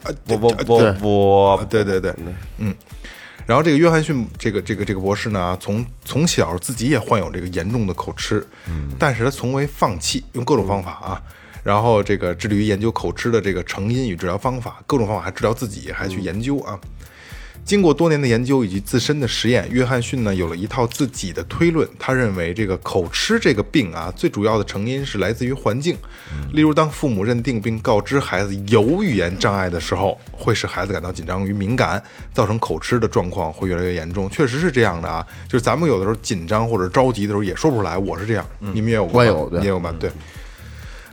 不， 对，然后这个约翰逊这个博士呢，从小自己也患有这个严重的口吃，但是他从未放弃，用各种方法啊，然后这个致力于研究口吃的这个成因与治疗方法，各种方法还治疗自己，还去研究啊。经过多年的研究以及自身的实验，约翰逊呢有了一套自己的推论。他认为这个口吃这个病啊，最主要的成因是来自于环境。例如，当父母认定并告知孩子有语言障碍的时候，会使孩子感到紧张与敏感，造成口吃的状况会越来越严重。确实是这样的啊，就是咱们有的时候紧张或者着急的时候也说不出来，我是这样，你们也有过， 我有， 也有吧？对。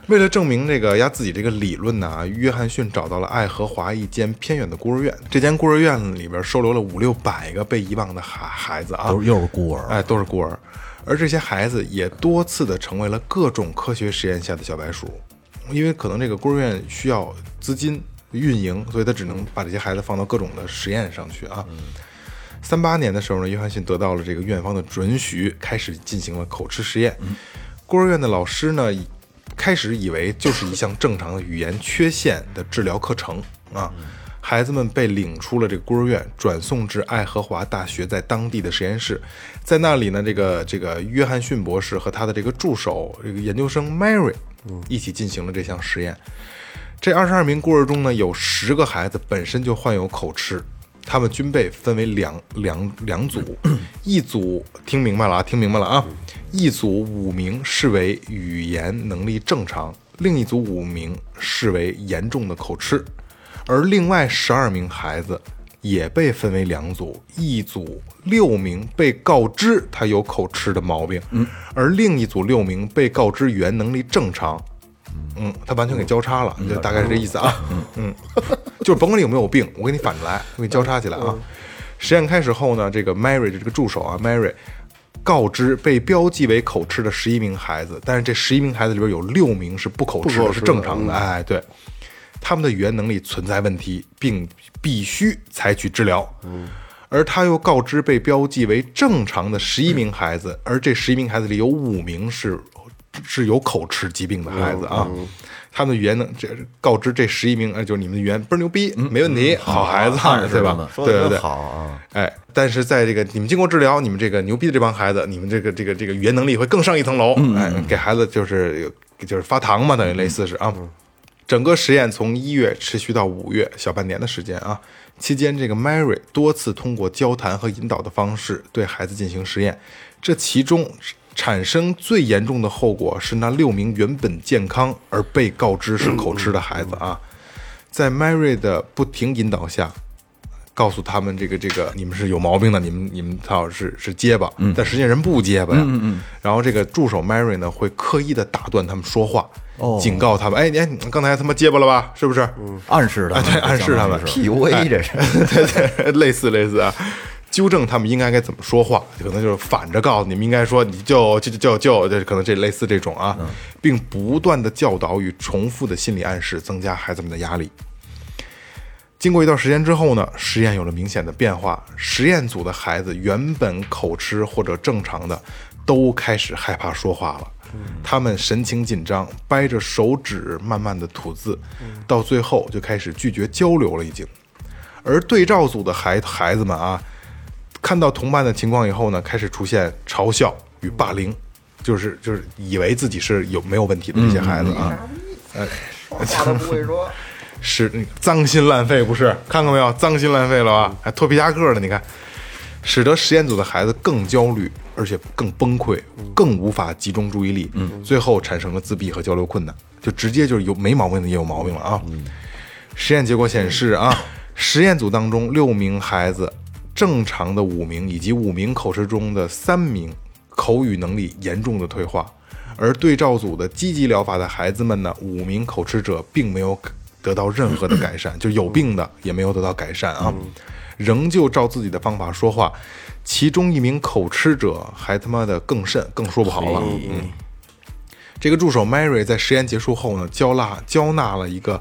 为了证明这个自己这个理论呢，约翰逊找到了爱荷华一间偏远的孤儿院。这间孤儿院里边收留了500-600个被遗忘的孩子啊， 又是孤儿， 哎，都是孤儿。而这些孩子也多次的成为了各种科学实验下的小白鼠，因为可能这个孤儿院需要资金运营，所以他只能把这些孩子放到各种的实验上去啊。38年的时候呢，约翰逊得到了这个院方的准许，开始进行了口吃实验。孤儿院的老师呢，开始以为就是一项正常的语言缺陷的治疗课程啊。孩子们被领出了这个孤儿院，转送至爱荷华大学在当地的实验室，在那里呢，这个约翰逊博士和他的这个助手这个研究生 Mary 一起进行了这项实验。这22名孤儿中呢，有10个孩子本身就患有口吃，他们均被分为两组，一组听明白了啊，一组5名视为语言能力正常，另一组5名视为严重的口吃。而另外12名孩子也被分为2组，一组6名被告知他有口吃的毛病，而另一组6名被告知语言能力正常。他完全给交叉了，就大概是这意思啊。就是甭管你有没有病，我给你反着来，我给你交叉起来啊。实验开始后呢，这个 Mary 这个助手啊 ，Mary 告知被标记为口吃的11名孩子，但是这11名孩子里边有6名是不口吃的，是正常的。哎，对。他们的语言能力存在问题，并必须采取治疗。而他又告知被标记为正常的11名孩子，而这11名孩子里有5名是有口吃疾病的孩子啊。他们的语言告知这11名，就是你们的语言倍儿牛逼，没问题，好孩子，对吧？ 说的对， 好啊。 哎，但是在这个你们经过治疗，你们这个牛逼的这帮孩子，你们这个语言能力会更上一层楼。哎，给孩子就是发糖嘛，等于类似是啊。整个实验从1月持续到5月，小半年的时间啊。期间，这个 Mary 多次通过交谈和引导的方式对孩子进行实验，这其中产生最严重的后果是那6名原本健康而被告知是口吃的孩子啊。在 Mary 的不停引导下，告诉他们这个你们是有毛病的，你们操是结巴，但实际上人不结巴呀。然后这个助手 Mary 呢会刻意的打断他们说话。警告他们，哎，你刚才他妈结巴了吧？是不是？ 暗示他们， 对，暗示他们 PUA 这是， 对，类似啊，纠正他们应该怎么说话，可能就是反着告诉你们应该说，你就，可能这类似这种啊，并不断的教导与重复的心理暗示，增加孩子们的压力。经过一段时间之后呢，实验有了明显的变化，实验组的孩子原本口吃或者正常的，都开始害怕说话了。他们神情紧张，掰着手指慢慢的吐字，到最后就开始拒绝交流了已经。而对照组的孩子们啊，看到同伴的情况以后呢，开始出现嘲笑与霸凌，就是以为自己是没有问题的这些孩子啊， 话都不会说， 是脏心烂肺，不是？看看没有，脏心烂肺了吧？还脱皮夹克的，你看，使得实验组的孩子更焦虑，而且更崩溃，更无法集中注意力，最后产生了自闭和交流困难，就直接就是没毛病的也有毛病了啊。实验结果显示啊，实验组当中6名孩子，正常的5名以及5名口吃中的3名口语能力严重的退化，而对照组的积极疗法的孩子们呢，5名口吃者并没有得到任何的改善，就有病的也没有得到改善啊。仍旧照自己的方法说话，其中1名口吃者还他妈的更甚，更说不好了。这个助手 Mary 在实验结束后呢，交纳了一个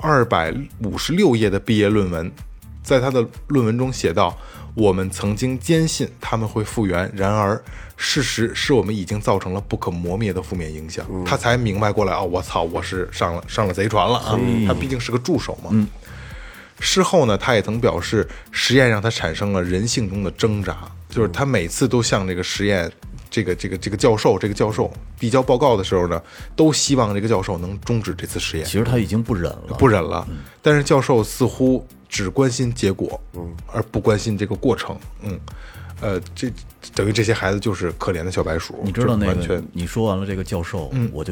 256页的毕业论文，在他的论文中写道：我们曾经坚信他们会复原，然而事实是我们已经造成了不可磨灭的负面影响。他才明白过来，我操，我是上了贼船了啊！他毕竟是个助手嘛。事后呢，他也曾表示，实验让他产生了人性中的挣扎，就是他每次都向这个实验这个教授递交报告的时候呢，都希望这个教授能终止这次实验。 其实他已经不忍了， 但是教授似乎只关心结果，而不关心这个过程。这等于这些孩子就是可怜的小白鼠。 你知道那个，你说完了这个教授，我就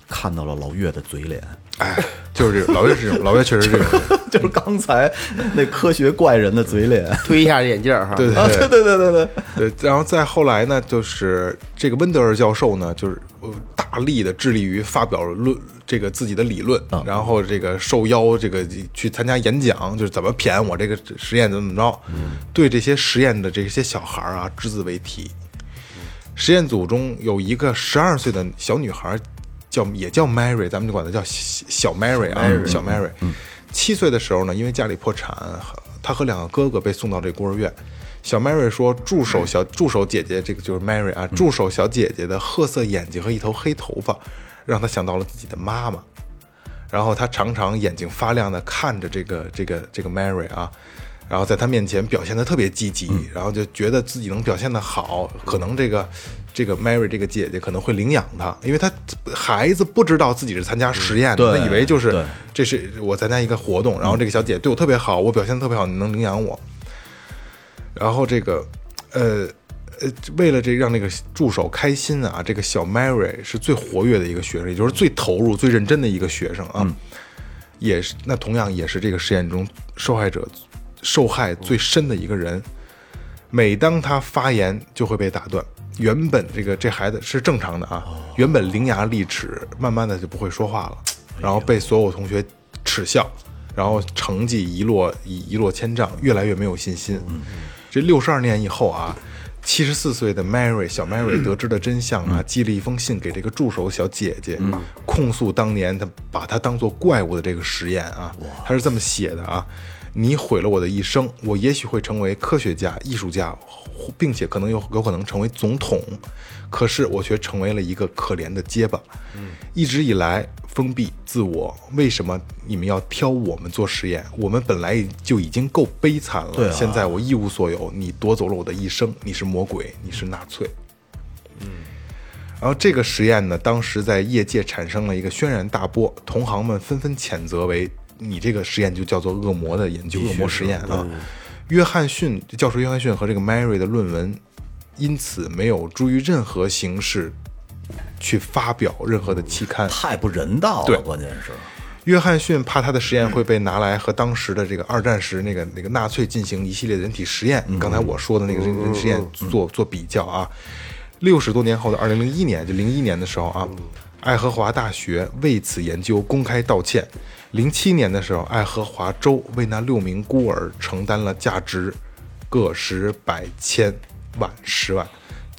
看到了老岳的嘴脸， 哎，就是这种老岳是这种，老岳确实是这种人。 就是刚才那科学怪人的嘴脸。 推一下眼镜儿哈， 对对啊，对对对对对， 对，然后再后来呢，就是这个温德尔教授呢，就是大力的致力于发表这个自己的理论，然后这个受邀这个去参加演讲，就是怎么谝我这个实验怎么着，对这些实验的这些小孩啊只字未提。实验组中有一个12岁的小女孩，也叫 Mary， 咱们就管她叫小 Mary 啊，小 Mary。7岁的时候呢，因为家里破产，她和2个哥哥被送到这孤儿院。小 Mary 说，助手姐姐，这个就是 Mary 啊，助手小姐姐的褐色眼睛和一头黑头发，让她想到了自己的妈妈。然后她常常眼睛发亮的看着这个 Mary 啊，然后在她面前表现得特别积极，然后就觉得自己能表现得好，可能这个 Mary 这个姐姐可能会领养她，因为她孩子不知道自己是参加实验的，她以为就是这是我参加一个活动，然后这个小姐姐对我特别好，我表现得特别好，你能领养我。然后这个为了让这个助手开心啊，这个小 Mary 是最活跃的一个学生，也就是最投入、最认真的一个学生啊，也是那同样也是这个实验中受害最深的一个人。每当他发言就会被打断，原本这孩子是正常的啊，原本伶牙俐齿，慢慢的就不会说话了，然后被所有同学耻笑，然后成绩一落千丈，越来越没有信心。这62年以后啊，74岁的小 Mary 得知的真相啊，寄了一封信给这个助手小姐姐，控诉当年他把她当作怪物的这个实验啊。他是这么写的啊：你毁了我的一生，我也许会成为科学家、艺术家，并且可能有可能成为总统，可是我却成为了一个可怜的结巴。一直以来封闭自我，为什么你们要挑我们做实验？我们本来就已经够悲惨了，现在我一无所有，你夺走了我的一生，你是魔鬼，你是纳粹。然后这个实验呢，当时在业界产生了一个轩然大波，同行们纷纷谴责为你这个实验就叫做恶魔的研究，恶魔实验啊。教授约翰逊和这个 Mary 的论文因此没有诸于任何形式去发表任何的期刊， 太不人道了。 对， 关键是约翰逊怕他的实验会被拿来和当时的这个2战时那个纳粹进行一系列的人体实验，刚才我说的那个人体实验做比较啊。60多年后的2001年，就01年的时候啊，爱荷华大学为此研究公开道歉。07年的时候，爱荷华州为那6名孤儿承担了价值个10、100、1000万、10万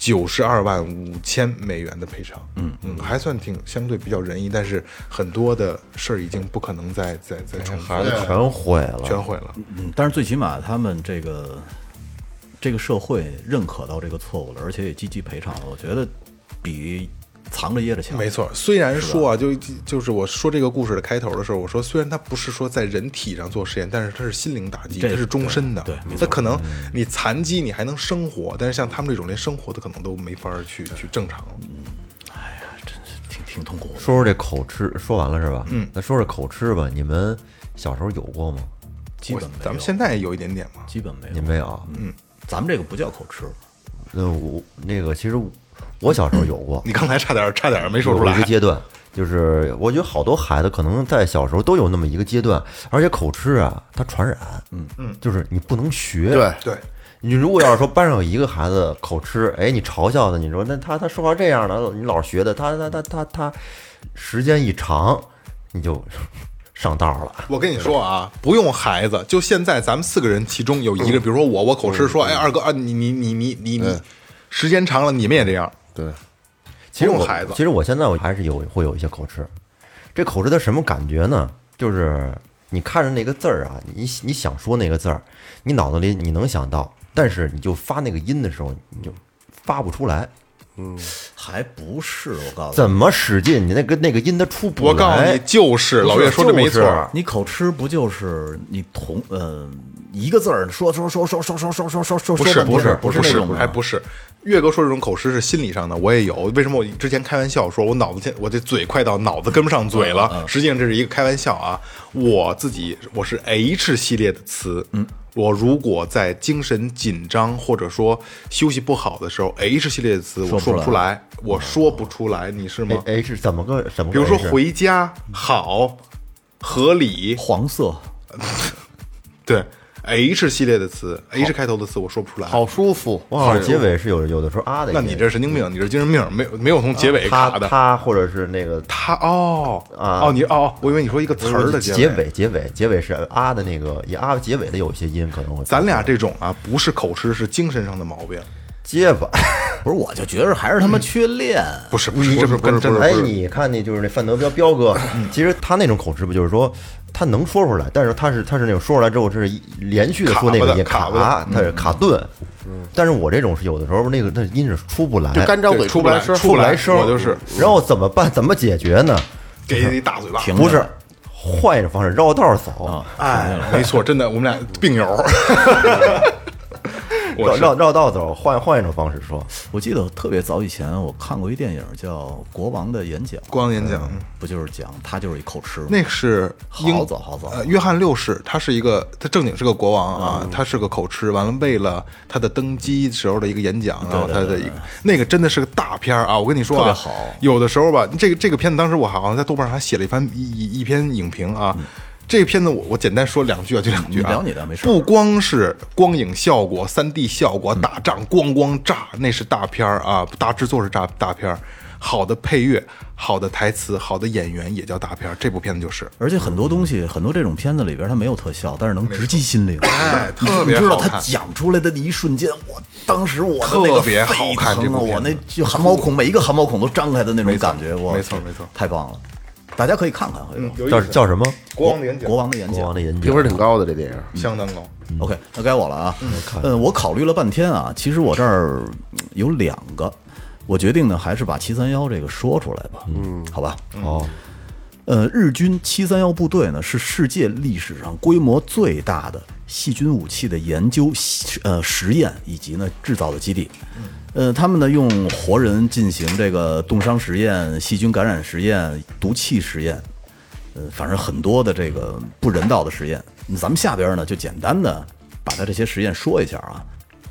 92万5千美元的赔偿。还算相对比较仁义，但是很多的事儿已经不可能再重复， 孩子全毁了。 但是最起码他们这个社会认可到这个错误了，而且也积极赔偿了，我觉得比藏着掖着强。 没错，虽然说啊，就是我说这个故事的开头的时候，我说虽然他不是说在人体上做实验，但是他是心灵打击，这是终身的。对，他可能你残疾你还能生活，但是像他们这种连生活的可能都没法去正常。 哎呀，真是挺痛苦的。 说这口吃，说完了是吧？那说口吃吧，你们小时候有过吗？ 基本没有。 咱们现在有一点点嘛， 基本没有。 你没有？ 咱们这个不叫口吃。 其实我小时候有过。 你刚才差点没说出来。 有一个阶段，就是我觉得好多孩子可能在小时候都有那么一个阶段，而且口吃啊，它传染。就是你不能学。 对。 你如果要是说班上有一个孩子口吃，哎，你嘲笑他，你说那他说话这样的，你老学的，他时间一长，你就上道了。 我跟你说啊，不用孩子，就现在咱们4个人其中有一个，比如说我口吃说，哎，二哥啊，你时间长了你们也这样。 对， 不用孩子。 其实我现在我还是会有一些口吃。这口吃的什么感觉呢？就是你看着那个字儿啊，你想说那个字儿，你脑子里你能想到，但是你就发那个音的时候，你就发不出来。 还不是，我告诉你， 怎么使劲，你那个音它出不来。 我告诉你，就是老岳说的没错。 你口吃不就是你一个字儿说，不是那种， 还不是。岳哥说这种口吃是心理上的，我也有。为什么我之前开玩笑说我这嘴快到脑子跟不上嘴了？实际上这是一个开玩笑啊。我是 H 系列的词， 我如果在精神紧张或者说休息不好的时候 ，H 系列的词我说不出来，我说不出来，你是吗？ H 怎么个？ 比如说 H？ 回家、好、合理， 黄色， 对 H 系列的词，H 开头的词我说不出来。 好舒服， 哇，结尾是有的时候啊的。 那你这是神经病，你这精神病，没有从结尾卡的。 他或者是那个他我以为你说一个词儿的结尾。 结尾是啊的那个以啊结尾的有一些音可能会。 咱俩这种啊，不是口吃，是精神上的毛病。 结巴。 不是，我就觉得还是他妈缺练。 不是，这不跟真的。 哎，你看那就是那范德彪哥，其实他那种口吃不就是说他能说出来，但是他是那种说出来之后是连续的说那个音卡，他是卡顿。但是我这种是有的时候那音是出不来， 就干张嘴出不来声， 我就是。 然后怎么办？怎么解决呢？ 给你一大嘴巴。 不是，换一种方式绕道走。 哎，没错，真的，我们俩病友。 绕道走，换一种方式说。 我记得特别早以前我看过一电影叫《国王的演讲》， 国王演讲不就是讲他就是一口吃吗？ 那是好早， 约翰六世，他正经是个国王啊，他是个口吃，完了为了他的登基时候的一个演讲，然后他的一个那个真的是个大片啊！我跟你说啊， 特别好。 有的时候吧，这个片子当时我好像在豆瓣上还写了一篇影评啊。这个片子我简单说两句啊，就两句啊。 聊你的没事。 不光是光影效果、3D 效果、打仗咣咣炸，那是大片啊，大制作是大片。好的配乐、好的台词、好的演员也叫大片。这部片子就是， 而且很多东西，很多这种片子里边它没有特效，但是能直击心灵。 哎，特别好看。 你知道他讲出来的一瞬间，当时我的那个特别好看，这部我那就汗毛孔每一个汗毛孔都张开的那种感觉， 没错， 太棒了。大家可以看看， 叫什么？ 国王的演讲。 国王的演讲， 评分挺高的这电影， 相当高。 OK， 那该我了啊。我考虑了半天啊，其实我这儿有2个，我决定呢还是把731这个说出来吧。好吧。日军731部队呢是世界历史上规模最大的细菌武器的研究实验以及呢制造的基地。他们呢用活人进行这个冻伤实验、细菌感染实验、毒气实验，反正很多的这个不人道的实验。咱们下边呢就简单的把它这些实验说一下啊。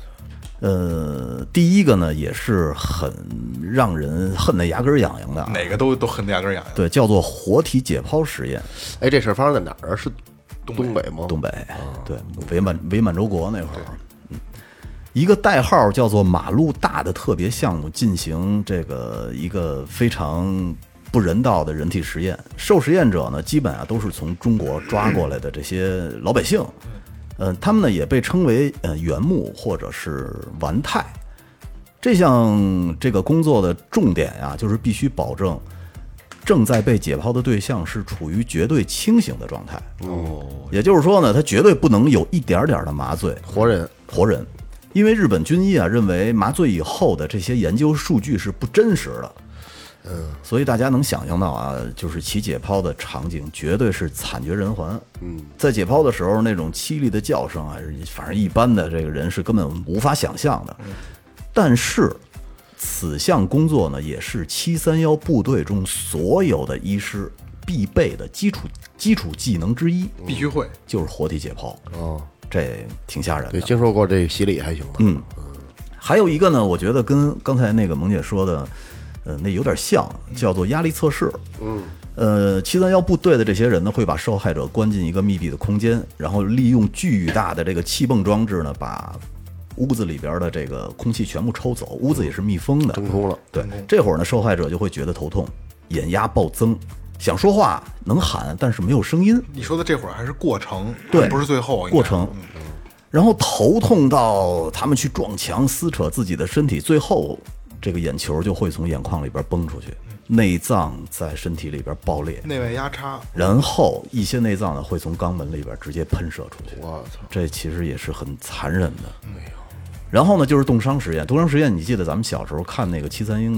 第一个呢也是很让人恨得牙根痒痒的， 哪个都恨得牙根痒痒。 对，叫做活体解剖实验。 哎，这事儿发生在哪儿啊？是东北吗？ 东北，对，伪满洲国那会儿。一个代号叫做马路大的特别项目进行这个一个非常不人道的人体实验，受实验者呢基本都是从中国抓过来的这些老百姓，他们呢也被称为原木或者是顽态。这项这个工作的重点呀，就是必须保证正在被解剖的对象是处于绝对清醒的状态。也就是说呢，他绝对不能有一点点的麻醉。活人。因为日本军医啊认为麻醉以后的这些研究数据是不真实的，所以大家能想象到啊，就是其解剖的场景绝对是惨绝人寰。在解剖的时候那种凄厉的叫声啊，反正一般的这个人是根本无法想象的。但是此项工作呢，也是731部队中所有的医师必备的基础技能之一， 必须会， 就是活体解剖。这挺吓人的。 对，听说过这洗礼还行吧。 还有一个呢，我觉得跟刚才那个萌姐说的，那有点像，叫做压力测试。731部队的这些人呢，会把受害者关进一个密闭的空间，然后利用巨大的这个气泵装置呢，把屋子里边的这个空气全部抽走，屋子也是密封的， 真空了。 对，这会儿呢，受害者就会觉得头痛，眼压暴增。想说话能喊，但是没有声音。 你说的这会儿还是过程， 对， 不是最后过程。然后头痛到他们去撞墙、撕扯自己的身体，最后这个眼球就会从眼眶里边崩出去，内脏在身体里边爆裂， 内外压差， 然后一些内脏呢会从肛门里边直接喷射出去。 我操， 这其实也是很残忍的。没有。然后呢，就是冻伤实验。冻伤实验，你记得咱们小时候看那个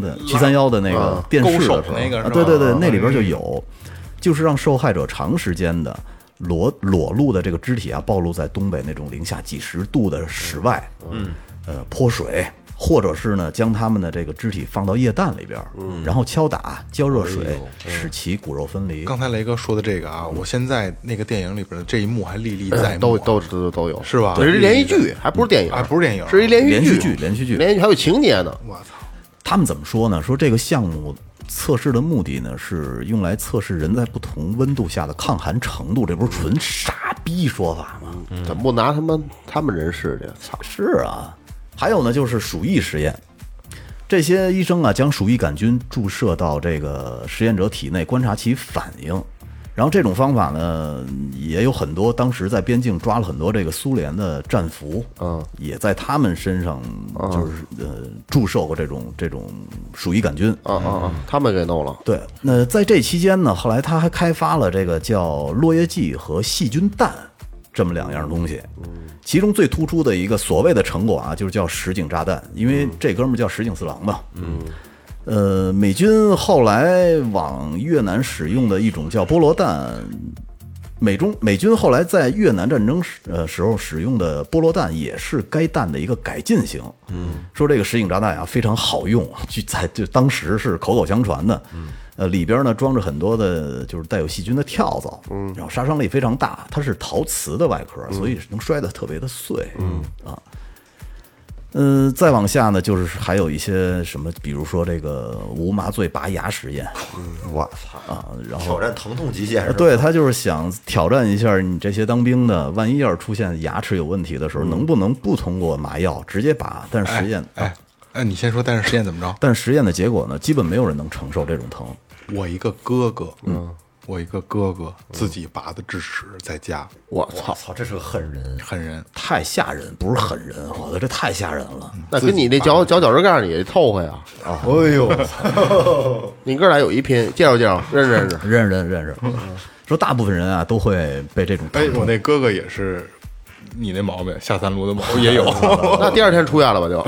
731的那个电视的时候， 那个对对对，那里边就有，就是让受害者长时间的裸露的这个肢体啊，暴露在东北那种零下几十度的室外，泼水、 或者是呢将他们的这个肢体放到液氮里边，然后敲打、浇热水，使其骨肉分离。 刚才雷哥说的这个啊，我现在那个电影里边的这一幕还历历在目， 都有， 是吧？ 这是连续剧，还不是电影， 还不是电影， 是一连续剧， 还有情节呢。 我操！ 他们怎么说呢？说这个项目测试的目的呢，是用来测试人在不同温度下的抗寒程度。这不是纯傻逼说法吗？ 怎么不拿他们人试去？操！ 是啊，还有呢，就是鼠疫实验。这些医生啊，将鼠疫杆菌注射到这个实验者体内，观察其反应。然后这种方法呢，也有很多当时在边境抓了很多这个苏联的战俘，也在他们身上就是注射过这种鼠疫杆菌， 他们给弄了。 对，那在这期间呢，后来他还开发了这个叫落叶剂和细菌弹这么2样东西。其中最突出的一个所谓的成果啊，就是叫实景炸弹，因为这哥们儿叫石井四郎嘛。美军后来往越南使用的一种叫波罗弹，美军后来在越南战争时候使用的波罗弹也是该弹的一个改进型。说这个实景炸弹啊非常好用，就当时是口口相传的。里边呢装着很多的就是带有细菌的跳蚤，然后杀伤力非常大。它是陶瓷的外壳，所以能摔得特别的碎。再往下呢，就是还有一些什么，比如说这个无麻醉拔牙实验， 我操啊，然后挑战疼痛极限是吧？ 对，他就是想挑战一下你这些当兵的，万一要是出现牙齿有问题的时候，能不能不通过麻药直接拔？但是实验， 你先说，但是实验怎么着？ 但是实验的结果呢，基本没有人能承受这种疼。 我一个哥哥自己拔的智齿在家， 我操！ 操，这是个狠人， 狠人。 太吓人，不是狠人，我的这太吓人了。 那跟你那脚趾盖也凑合呀！ 哎呦， 你哥俩有一拼，介绍介绍，认识。 说大部分人啊都会被这种疼痛。 我那哥哥也是你那毛病，下三路的毛病也有。 那第2天出院了吧就？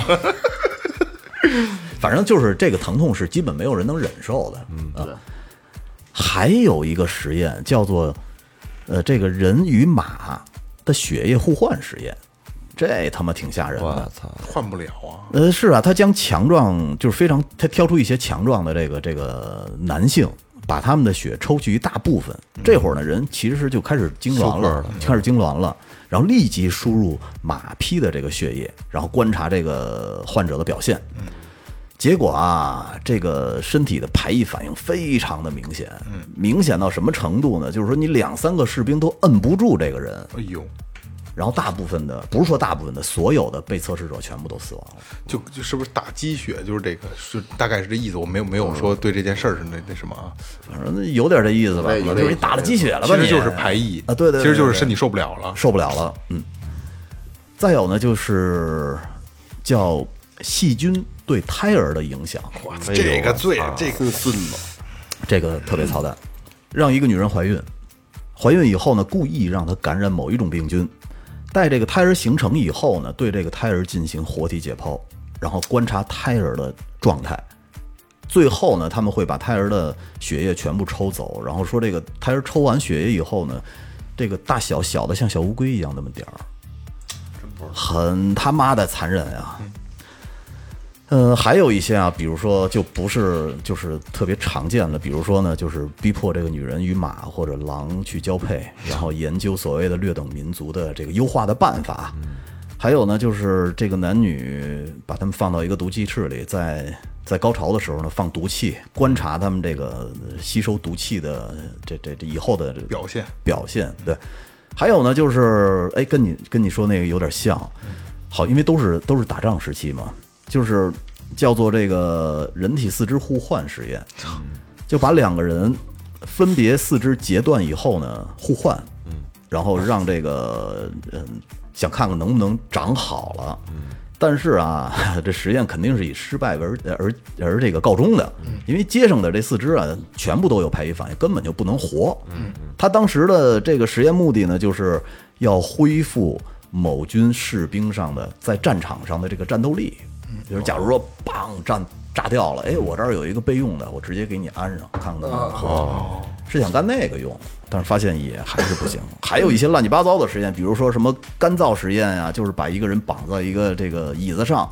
反正就是这个疼痛是基本没有人能忍受的。还有一个实验叫做这个人与马的血液互换实验，这他妈挺吓人的。 我操， 换不了啊！ 是啊，他将强壮就是他挑出一些强壮的这个男性，把他们的血抽取一大部分。这会儿呢，人其实就开始痉挛了，然后立即输入马匹的这个血液，然后观察这个患者的表现。结果啊，这个身体的排异反应非常的明显，明显到什么程度呢？就是说你2-3个士兵都摁不住这个人。 哎呦！ 然后大部分的，不是说大部分的，所有的被测试者全部都死亡了。 就是不是打鸡血？就是这个，是大概是这意思。我没有说对这件事儿是那什么啊， 反正有点这意思吧。就是你打了鸡血了吧？ 其实就是排异啊，对， 其实就是身体受不了了。 再有呢，就是叫细菌对胎儿的影响。 哇，这个孙子， 这个特别操蛋。让一个女人怀孕以后呢，故意让她感染某一种病菌，待这个胎儿形成以后呢，对这个胎儿进行活体解剖，然后观察胎儿的状态。最后呢，他们会把胎儿的血液全部抽走，然后说这个胎儿抽完血液以后呢，这个大小小的像小乌龟一样那么点儿，很他妈的残忍呀！还有一些啊，比如说就是特别常见的，比如说呢，就是逼迫这个女人与马或者狼去交配，然后研究所谓的劣等民族的这个优化的办法。还有呢，就是这个男女把他们放到一个毒气室里，在高潮的时候呢放毒气，观察他们这个吸收毒气的这以后的表现。对，还有呢，就是跟你说那个有点像，好，因为都是打仗时期嘛。就是叫做这个人体四肢互换实验，就把2个人分别4肢截断以后呢互换，然后让这个想看看能不能长好了。但是啊，这实验肯定是以失败而这个告终的，因为街上的这4肢啊全部都有排异反应，根本就不能活。他当时的这个实验目的呢，就是要恢复某军士兵上的在战场上的这个战斗力。就是假如说砰炸掉了，我这儿有一个备用的，我直接给你安上，看看能不能活。是想干那个用，但是发现也还是不行。还有一些乱七八糟的实验，比如说什么干燥实验啊，就是把一个人绑在一个这个椅子上，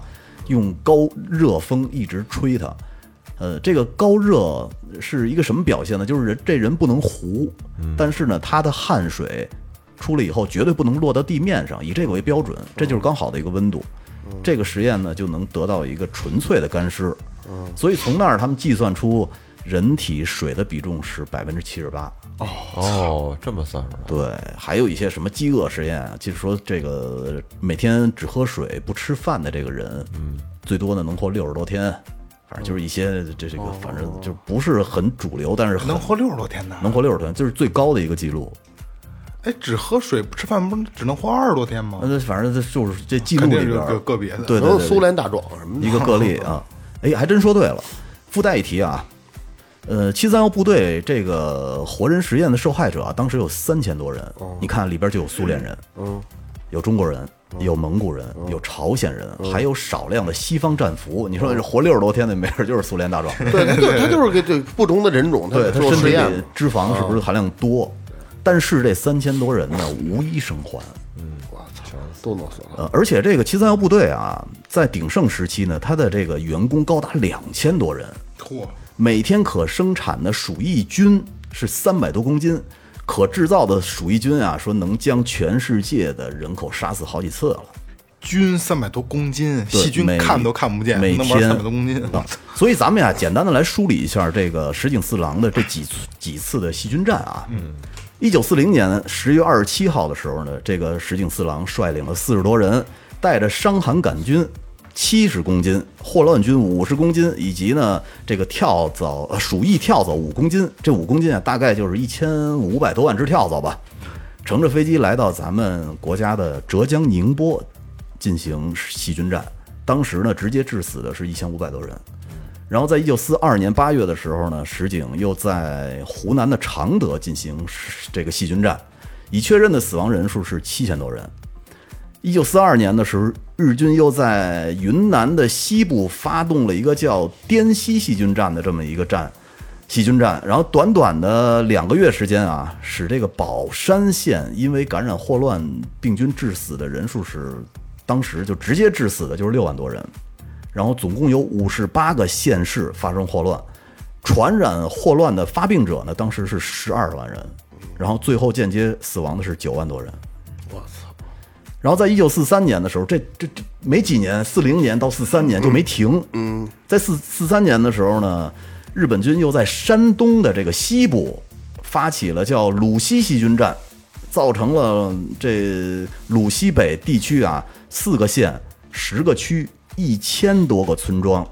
用高热风一直吹它。这个高热是一个什么表现呢？就是这人不能糊，但是呢，他的汗水出来以后绝对不能落到地面上，以这个为标准，这就是刚好的一个温度。这个实验呢，就能得到一个纯粹的干湿。所以从那儿他们计算出人体水的比重是78%。 哦，这么算出来？ 对，还有一些什么饥饿实验啊，就是说这个每天只喝水不吃饭的这个人，最多呢能活60多天。反正就是一些这个，反正就不是很主流，但是能活60多天呢？ 能活60多天，就是最高的一个记录。 哎，只喝水不吃饭，不是只能活20多天吗？ 反正就是这记录里边个别的， 对， 苏联大壮什么的一个个例啊。哎，还真说对了。附带一提啊，731部队这个活人实验的受害者啊，当时有3000多人。你看里边就有苏联人，有中国人。有蒙古人，有朝鲜人，还有少量的西方战俘。你说这活60多天的，没准就是苏联大壮。 对，他就是给这不同的人种， 对他身体里脂肪是不是含量多？但是这3000多人呢，无一生还。 我操，都能死了。 而且这个731部队啊，在鼎盛时期呢，它的这个员工高达2000多人，每天可生产的鼠疫菌是300多公斤。可制造的鼠疫菌啊，说能将全世界的人口杀死好几次了。 菌300多公斤，细菌看都看不见， 每天 300多公斤啊！ 所以咱们呀，简单的来梳理一下这个石井四郎的这几次的细菌战啊。1940年10月27号的时候呢，这个石井四郎率领了40多人，带着伤寒杆菌70公斤，霍乱菌50公斤，以及呢这个鼠疫跳蚤5公斤。这5公斤啊，大概就是1500多万只跳蚤吧。乘着飞机来到咱们国家的浙江宁波进行细菌战。当时呢，直接致死的是1500多人。然后在1942年8月的时候呢，石井又在湖南的常德进行这个细菌战，已确认的死亡人数是7000多人。1942年的时候，日军又在云南的西部发动了一个叫滇西细菌战的这么一个细菌战，然后短短的2个月时间啊，使这个保山县因为感染霍乱病菌致死的人数是当时就直接致死的就是6万多人，然后总共有58个县市发生霍乱，传染霍乱的发病者呢，当时是12万人，然后最后间接死亡的是9万多人。 我操！ 然后在1943年的时候，这没几年，40年到43年就没停。在43年的时候呢，日本军又在山东的这个西部发起了叫鲁西细菌战，造成了这鲁西北地区啊4个县、10个区、1000多个村庄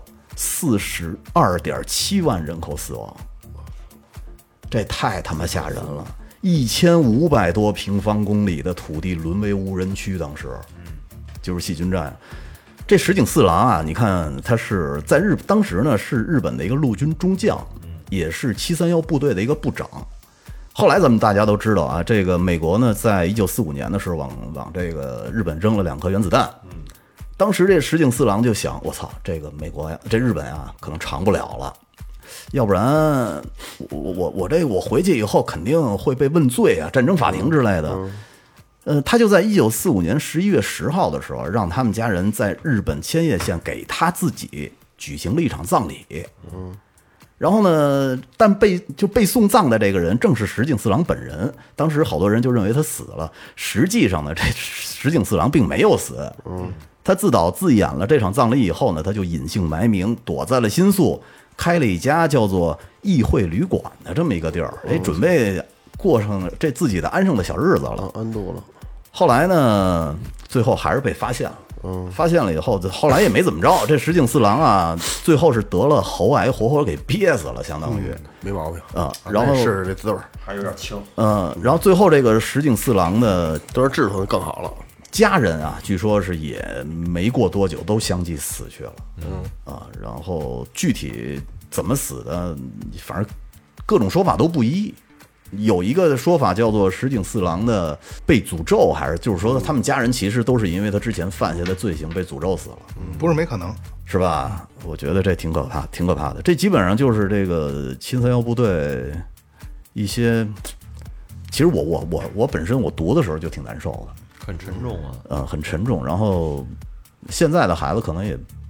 ，42.7万人口死亡。这太他妈吓人了！1500多平方公里的土地沦为无人区，当时就是细菌战。这石井四郎啊，你看他是在当时呢是日本的一个陆军中将，也是731部队的一个部长。后来咱们大家都知道啊，这个美国呢在1945年的时候往这个日本扔了2颗原子弹。当时这石井四郎就想，我操，这个美国呀，这日本啊可能长不了了。要不然我回去以后肯定会被问罪啊，战争法庭之类的。他就在1945年11月10号的时候，让他们家人在日本千叶县给他自己举行了一场葬礼。然后呢，但被送葬的这个人正是石井四郎本人。当时好多人就认为他死了，实际上呢，这石井四郎并没有死。他自导自演了这场葬礼以后呢，他就隐姓埋名，躲在了新宿，开了一家叫做议会旅馆的这么一个地儿，准备过上这自己的安生的小日子了， 安度了。 后来呢，最后还是被发现了。发现了以后，后来也没怎么着。这石井四郎啊，最后是得了喉癌，活活给憋死了，相当于没毛病啊。然后是这滋味还有点轻。 然后最后这个石井四郎的都是治头更好了。 家人啊，据说是也没过多久都相继死去了。然后具体怎么死的，反正各种说法都不一。有一个说法叫做石井四郎的被诅咒，还是就是说他们家人其实都是因为他之前犯下的罪行被诅咒死了， 不是没可能， 是吧？我觉得这挺可怕，挺可怕的。这基本上就是这个731部队一些，其实我本身我读的时候就挺难受的， 很沉重啊， 很沉重。然后现在的孩子可能也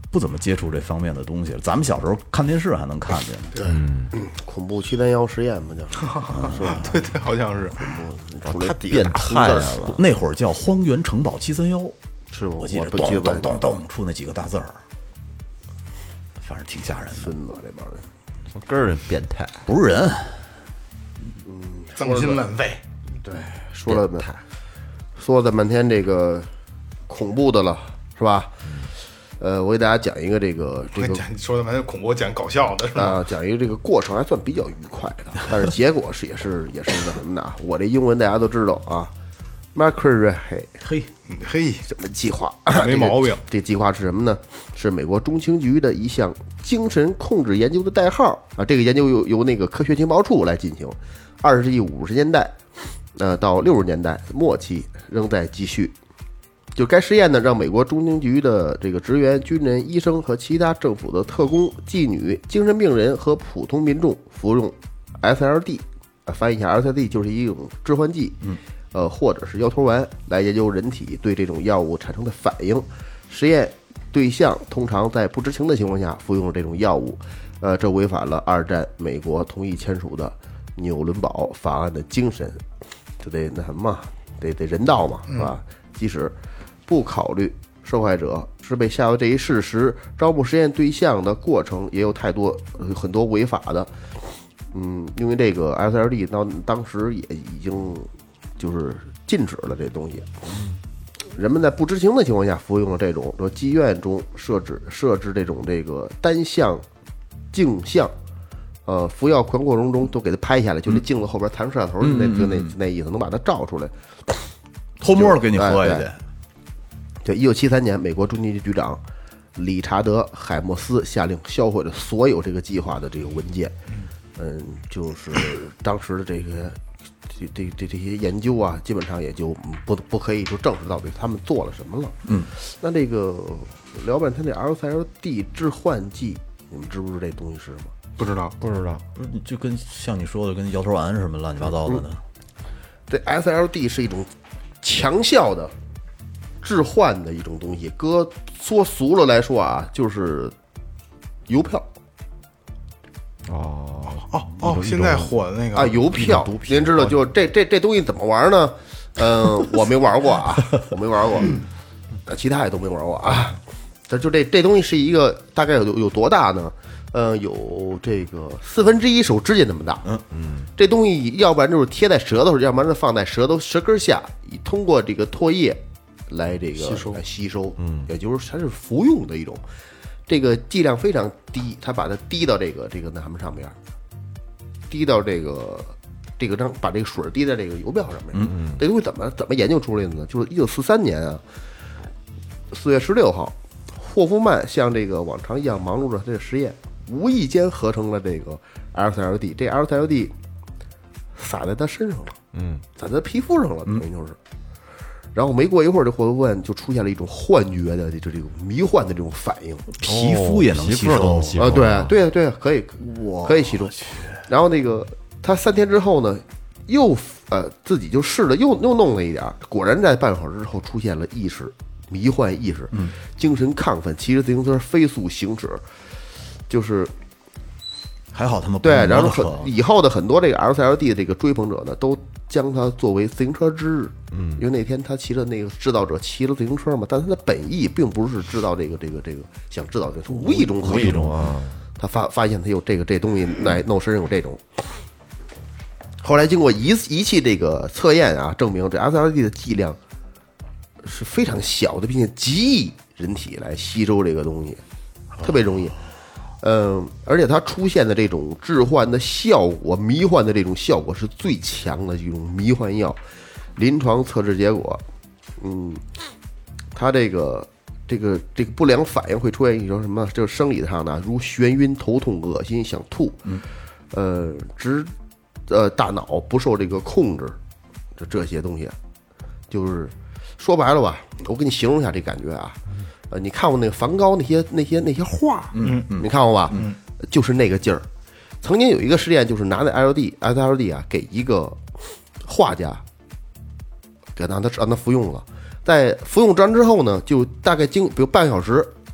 不怎么接触这方面的东西了。咱们小时候看电视还能看见呢。 恐怖731实验嘛，就是吧？ 对对，好像是。 太变态了。 那会儿叫荒原城堡731， 是我记得不记得咚咚咚出那几个大字儿，反正挺吓人的。 孙子这帮人。 从根儿变态， 不是人， 脏心烂肺。 对，说了半天这个恐怖的了，是吧？我给大家讲一个这个说的完全恐怖，讲搞笑的是吧？ 讲一个这个过程还算比较愉快的，但是结果也是那什么的啊。我这英文大家都知道啊 ，Mercury 嘿， 什么计划没毛病。 这计划是什么呢？是美国中情局的一项精神控制研究的代号啊。这个研究由那个科学情报处来进行，20世纪50年代，到60年代末期仍在继续。就该实验呢，让美国中情局的这个职员、军人、医生和其他政府的特工、妓女、精神病人和普通民众服用 SLD，翻译一下 ，SLD 就是一种致幻剂，或者是摇头丸，来研究人体对这种药物产生的反应。实验对象通常在不知情的情况下服用这种药物，这违反了2战美国同意签署的纽伦堡法案的精神，就得那什么嘛，得人道嘛，是吧？即使不考虑受害者是被下药这一事实，招募实验对象的过程也有很多违法的。因为这个 SLD 当时也已经就是禁止了这东西。人们在不知情的情况下服用了这种，说妓院中设置这个单向镜像，服药过程中都给它拍下来，就这镜子后边弹摄像头，那意思，能把它照出来， 偷摸给你喝下去。 对，1973年，美国中情局局长理查德·海默斯下令销毁了所有这个计划的这个文件。就是当时的这些研究啊，基本上也就不可以就证实到底他们做了什么了。那这个聊半天这 LSD 致幻剂，你们知不知道这东西是什么？ 不知道， 不是就跟像你说的，跟摇头丸什么乱七八糟的呢。 这 SLD 是一种强效的致幻的一种东西，说俗了来说啊，就是邮票。 现在火的那个啊，邮票，您知道就这东西怎么玩呢？我没玩过啊，其他也都没玩过啊。就这东西是一个大概有多大呢？有这个1/4手指甲那么大。这东西要不然就是贴在舌头上，要不然就放在舌根下，通过这个唾液来这个吸收。也就是它是服用的一种。这个剂量非常低，它把它滴到这个那什么上面，滴到这个张，把这个水滴在这个邮票上面。这东西怎么研究出来的呢？就是1943年啊，4月16号，霍夫曼像这个往常一样忙碌着这个实验，无意间合成了这个 LSD。这 LSD 撒在他身上了，撒在他皮肤上了，等于就是。然后没过一会儿，这霍夫曼就出现了一种幻觉的这种迷幻的这种反应， 皮肤也能吸收啊？ 对，可以吸收。然后那个他3天之后呢，又自己就试了，又弄了一点，果然在半小时之后出现了意识，迷幻意识，精神亢奋，骑着自行车飞速行驶，就是还好他们对。然后以后的很多这个 LSD 的这个追捧者呢，都将它作为自行车之日。因为那天他骑着那个制造者骑了自行车嘛，但他的本意并不是制造这个想制造这个，是无意中啊，他发现他有这东西来弄身上有这种。后来经过仪器这个测验啊，证明这 SLD 的剂量是非常小的，并且极易人体来吸收这个东西，特别容易。而且它出现的这种致幻的效果、迷幻的这种效果是最强的一种迷幻药。临床测试结果，它这个不良反应会出现一种什么？就是生理上的，如眩晕、头痛、恶心、想吐，大脑不受这个控制，这些东西，就是说白了吧，我给你形容一下这感觉啊。你看过那个梵高那些画，你看过吧？就是那个劲儿。曾经有一个实验，就是拿那 SLD 啊，给一个画家。让他服用了，在服用完之后呢，就大概比如半小时，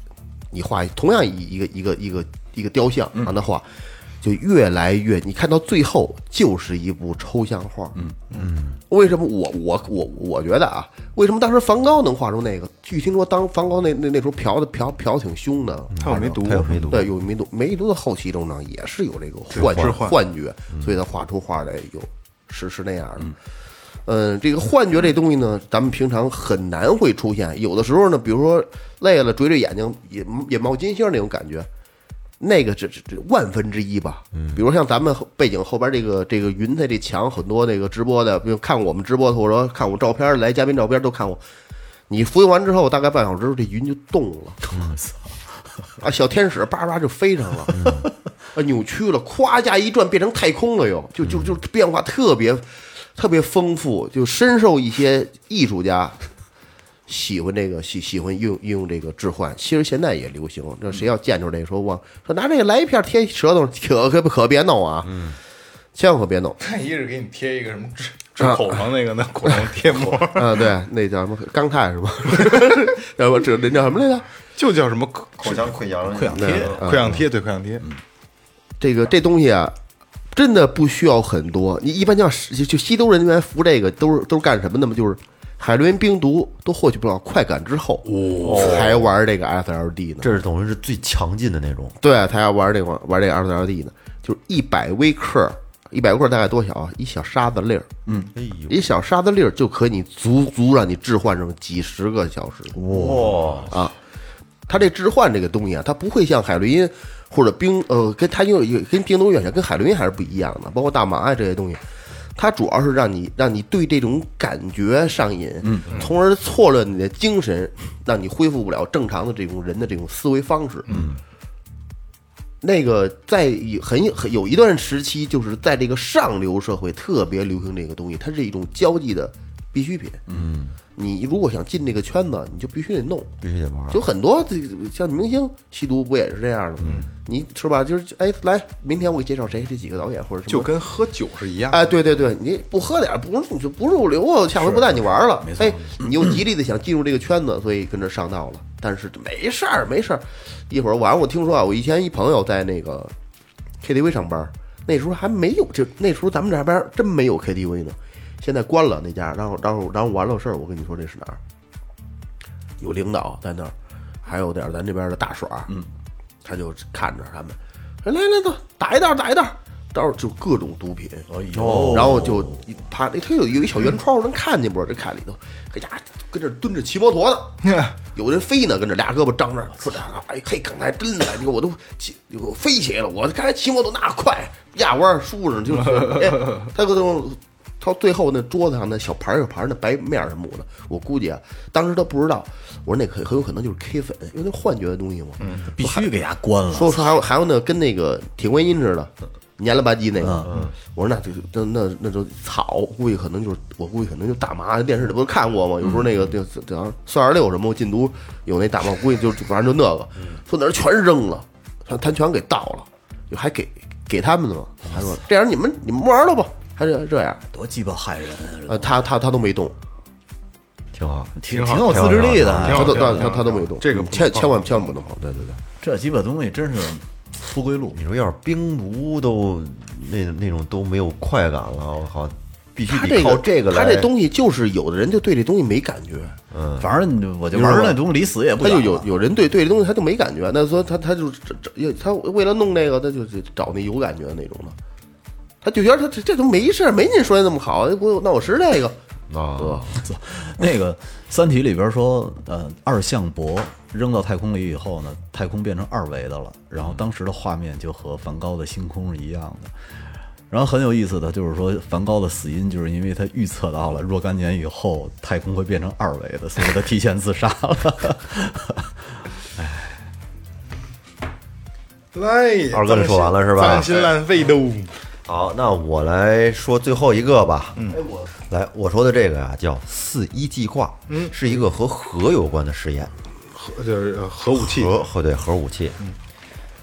你画同样一个雕像让他画，就越来越，你看到最后就是一部抽象画。为什么我觉得啊，为什么当时梵高能画出那个？据听说当梵高那时候嫖挺凶的， 他有梅毒， 对，有梅毒，梅毒的后期症状也是有这个幻觉，所以他画出画来是那样的。这个幻觉这东西呢，咱们平常很难会出现。有的时候呢，比如说累了追着眼睛也冒金星那种感觉，那个这1/1000吧。比如像咱们背景后边这个云彩这墙，很多那个直播的，比如看我们直播的或者看我照片来嘉宾照片都看过。你复印完之后，大概半小时，这云就动了。啊，小天使叭叭就飞上了，扭曲了，咵一下一转变成太空了，又就变化特别丰富，就深受一些艺术家喜欢这个喜欢应用这个置换。其实现在也流行，这谁要见着这个说拿这个来一片贴舌头，可别弄啊，千万可别弄。 他一是给你贴一个什么治口上那个那口上贴膜啊，对，那叫什么钢钛是吧？要不这叫什么来着？ 就叫什么口腔溃疡贴， 溃疡贴，对，溃疡贴。 这东西啊，真的不需要很多。你一般就吸毒人员服这个都是干什么的嘛？就是海洛因、冰毒都获取不了快感之后，才玩这个 SLD 呢。 这是等于是最强劲的那种。 对，才要玩这个 SLD 呢，就是100微克，100微克大概多小啊？一小沙子粒儿，一小沙子粒儿就可以足让你置换上几十个小时。 哇啊！它这置换这个东西啊，它不会像海洛因或者跟它跟冰毒有点，跟海洛因还是不一样的，包括大麻啊这些东西，它主要是让你对这种感觉上瘾，从而错乱你的精神，让你恢复不了正常的这种人的这种思维方式。那个在有一段时期，就是在这个上流社会特别流行这个东西，它是一种交际的必需品。你如果想进这个圈子，你就必须得弄， 必须得玩。 就很多像明星吸毒不也是这样的吗？你是吧？就是来，明天我给介绍谁这几个导演或者什么， 就跟喝酒是一样的。 哎，对，你不喝点不入流啊，下回不带你玩了。哎，你又极力的想进入这个圈子，所以跟着上道了。但是没事儿，一会儿晚上我听说啊，我以前一朋友在那个 KTV 上班，那时候还没有，那时候咱们这边真没有 KTV 呢。现在关了那家，然后完了事儿，我跟你说这是哪儿？有领导在那儿，还有点咱这边的大耍，他就看着他们，来走，打一袋，到时候就各种毒品，然后就他有一小圆窗能看见不？这看里头，哎呀，跟这蹲着骑摩托呢，有人飞呢，跟这俩胳膊张着，说哎嘿，刚才真来，你看我都飞起来了，我刚才骑摩托那快，压弯树上就是，哎，他到最后那桌子上那小盘那白面什么的，我估计啊，当时他不知道，我说那很有可能就是 K 粉，因为那幻觉的东西嘛， 必须给他关了。 说还有那跟那个铁观音似的，黏了吧唧那个，我说那就草，估计可能就大麻，电视里不是看过吗？有时候那个426什么禁毒有那大麻，估计就反正就那个，说那全扔了，他全给倒了，就还给他们呢，还说这样你们玩了吧。还是这样， 多鸡巴害人啊！ 他都没动， 挺好， 挺有自制力的， 他都没动。这个千万不能跑，对， 这鸡巴东西真是不归路。 你说要是冰毒都那种都没有快感了，我靠，必须得靠这个来。 他这东西就是有的人就对这东西没感觉， 反正我就玩那东西离死也不。 他就有人对这东西他就没感觉，那说他为了弄这个，他就找那有感觉的那种的。他就觉得他这都没事，没您说的那么好，那我是这个啊。 那个《三体》里边说，二向箔扔到太空里以后呢，太空变成2维的了，然后当时的画面就和梵高的星空是一样的。然后很有意思的就是说，梵高的死因就是因为他预测到了若干年以后太空会变成2维的，所以他提前自杀了。 来， 二哥你说完了是吧？ 脏心烂肺都。 好，那我来说最后一个吧。我说的这个呀叫4·1计划，是一个和核有关的实验， 就是核武器， 核武器。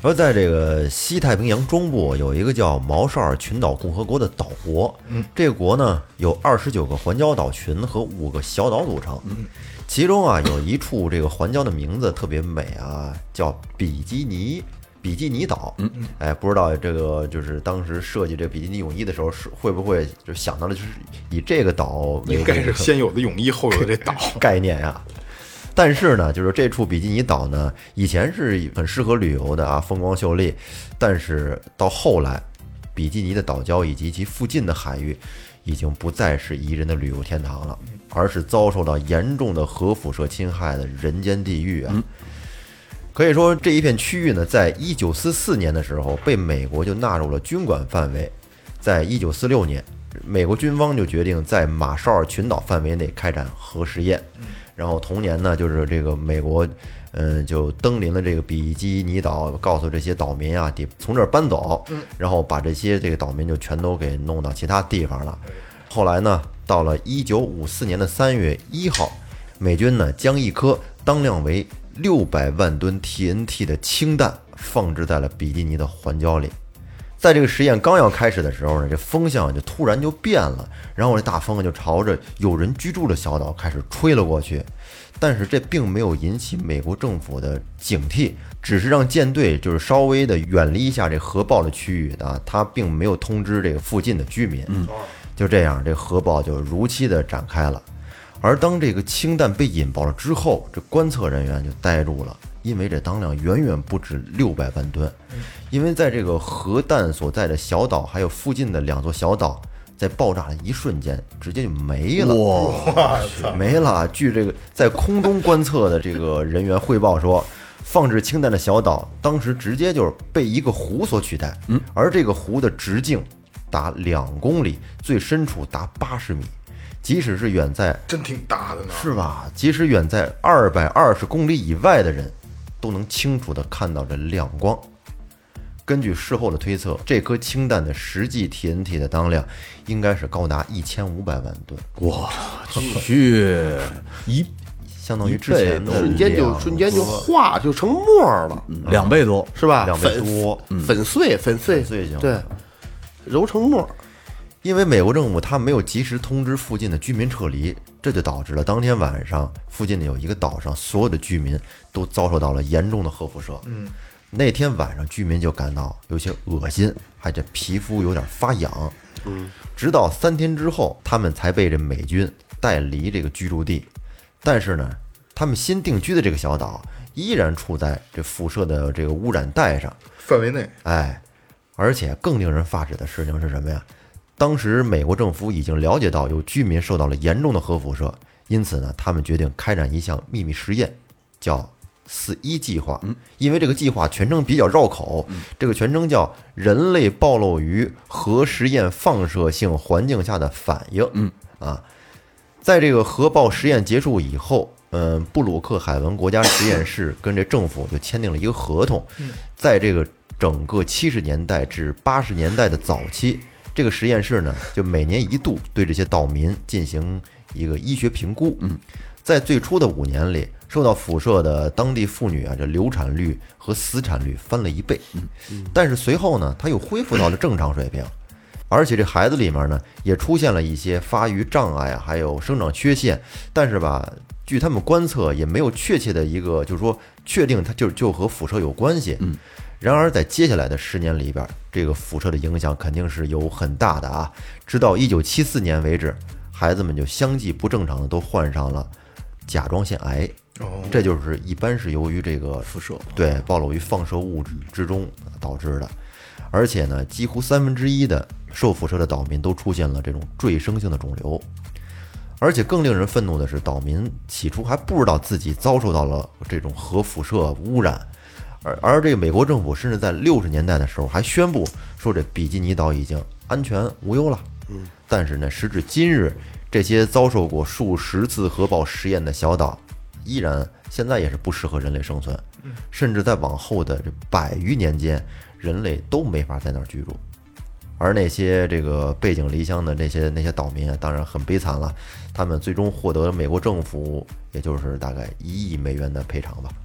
而在这个西太平洋中部有一个叫毛绍尔群岛共和国的岛国，这个国呢有29个环礁岛群和5个小岛组成，其中啊有一处这个环礁的名字特别美啊，叫比基尼岛。不知道这个就是当时设计这比基尼泳衣的时候是会不会就想到了就是以这个岛为应该是先有的泳衣，后有的这岛概念呀。但是呢，就是这处比基尼岛呢，以前是很适合旅游的啊，风光秀丽。但是到后来，比基尼的岛礁以及其附近的海域，已经不再是宜人的旅游天堂了，而是遭受到严重的核辐射侵害的人间地狱啊。可以说，这一片区域呢，在1944年的时候，被美国就纳入了军管范围。在1946年，美国军方就决定在马绍尔群岛范围内开展核试验。然后同年呢，就是这个美国，就登临了这个比基尼岛，告诉这些岛民啊，得从这儿搬走，然后把这个岛民就全都给弄到其他地方了。后来呢，到了1954年的3月1号，美军呢将一颗当量为600万吨 TNT 的氢弹放置在了比基尼的环礁里。在这个实验刚要开始的时候呢，这风向就突然就变了，然后这大风就朝着有人居住的小岛开始吹了过去。但是这并没有引起美国政府的警惕，只是让舰队就是稍微的远离一下这核爆的区域啊，他并没有通知这个附近的居民。就这样，这核爆就如期的展开了。而当这个氢弹被引爆了之后，这观测人员就呆住了，因为这当量远远不止600万吨。因为在这个核弹所在的小岛还有附近的2座小岛，在爆炸的一瞬间直接就没了。没了！据这个在空中观测的这个人员汇报说，放置氢弹的小岛当时直接就是被一个湖所取代，而这个湖的直径达2公里，最深处达80米。即使是远在真挺大的呢， 是吧？即使远在220公里以外的人，都能清楚地看到这亮光。根据事后的推测，这颗氢弹的实际 TNT 的当量应该是高达1500万吨。 我去， 相当于之前的瞬间就化就成沫了 ，2倍多是吧 ？2倍多， 粉碎型， 对，揉成沫。 因为美国政府他没有及时通知附近的居民撤离，这就导致了当天晚上附近的有一个岛上所有的居民都遭受到了严重的核辐射。那天晚上居民就感到有些恶心，还这皮肤有点发痒。直到3天之后，他们才被这美军带离这个居住地。但是呢，他们新定居的这个小岛依然处在这辐射的这个污染带上范围内。 而且更令人发指的事情是什么呀？当时美国政府已经了解到有居民受到了严重的核辐射，因此呢，他们决定开展一项秘密实验，叫41计划。因为这个计划全称比较绕口，这个全称叫人类暴露于核实验放射性环境下的反应。在这个核爆实验结束以后，布鲁克海文国家实验室跟这政府就签订了一个合同，在这个整个70年代至80年代的早期，这个实验室呢，就每年1度对这些岛民进行一个医学评估。在最初的5年里，受到辐射的当地妇女啊，这流产率和死产率翻了1倍。但是随后呢，它又恢复到了正常水平，而且这孩子里面呢，也出现了一些发育障碍啊，还有生长缺陷。但是吧，据他们观测，也没有确切的一个，就是说确定它就和辐射有关系。然而，在接下来的10年里边，这个辐射的影响肯定是有很大的啊。直到1974年为止，孩子们就相继不正常的都患上了甲状腺癌。这就是一般是由于这个辐射对暴露于放射物质之中导致的。而且呢，几乎1/3的受辐射的岛民都出现了这种赘生性的肿瘤。而且更令人愤怒的是，岛民起初还不知道自己遭受到了这种核辐射污染。而这个美国政府甚至在60年代的时候还宣布说，这比基尼岛已经安全无忧了。但是呢，时至今日，这些遭受过数十次核爆实验的小岛，依然现在也是不适合人类生存。甚至在往后的这100余年间，人类都没法在那儿居住。而那些这个背井离乡的那些岛民啊，当然很悲惨了。他们最终获得了美国政府，也就是大概1亿美元的赔偿吧。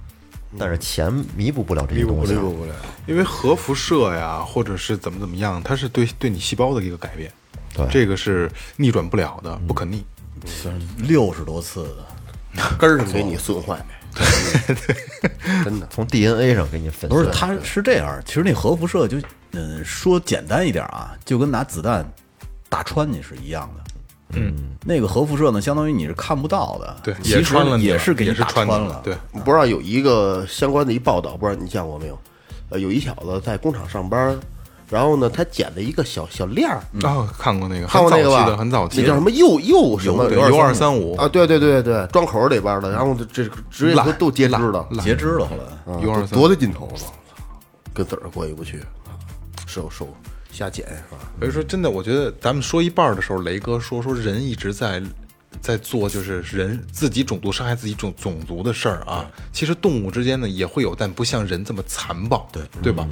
但是钱弥补不了这些东西。 不了。 因为核辐射呀，或者是怎么样，它是对你细胞的一个改变， 对这个是逆转不了的，不可逆。 60多次的， 根儿上给你损坏，真的。 从 DNA 上给你粉碎。 不是，它是这样。其实那核辐射就，说简单一点啊，就跟拿子弹打穿你是一样的。那个核辐射呢，相当于你是看不到的， 对， 其实也穿了你了， 也是给你打也是穿了。 你了。对， 不知道有一个相关的一报道，不知道你见过没有？有一小子在工厂上班，然后呢，他捡了一个小链儿， 啊，看过那个， 看过那个吧？ 很早期的， 那叫什么铀什么对U235 啊？对，装口里边的，然后这直接都截肢了， 截肢了。后来 U235 多大劲头子，跟子儿过意不去，手瞎捡是吧？ 所以说，真的，我觉得咱们说一半的时候，雷哥说人一直在做，就是人自己种族伤害自己种族的事儿啊。其实动物之间呢也会有，但不像人这么残暴，对吧？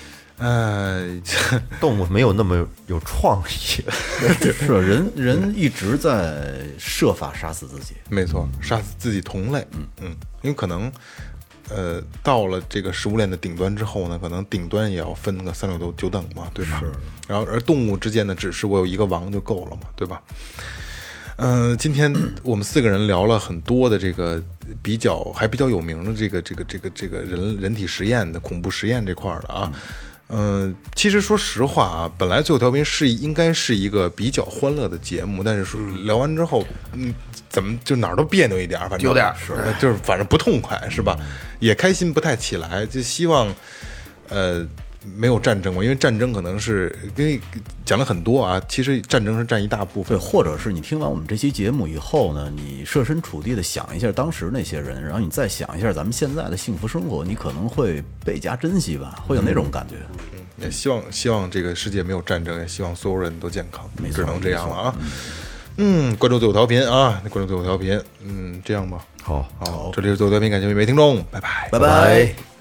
动物没有那么有创意。 是人一直在设法杀死自己。 没错，杀死自己同类。因为可能。到了这个食物链的顶端之后呢，可能顶端也要分个3、6、9等嘛，对吧？是。然后而动物之间呢，只是我有一个王就够了嘛，对吧？今天我们4个人聊了很多的这个比较有名的这个人体实验的恐怖实验这块的啊。其实说实话啊，本来最后调频应该是一个比较欢乐的节目，但是说聊完之后，怎么就哪儿都别扭一点，反正有点就是反正不痛快是吧？也开心不太起来，就希望没有战争嘛，因为战争可能是因为讲了很多啊，其实战争是占一大部分。 对，或者是你听完我们这期节目以后呢，你设身处地的想一下当时那些人，然后你再想一下咱们现在的幸福生活，你可能会倍加珍惜吧，会有那种感觉。 也希望这个世界没有战争，也希望所有人都健康，只能这样了啊。关注最后调频啊，关注最后调频。这样吧， 好， 这里是最后调频，感谢每位听众，拜拜， 拜拜。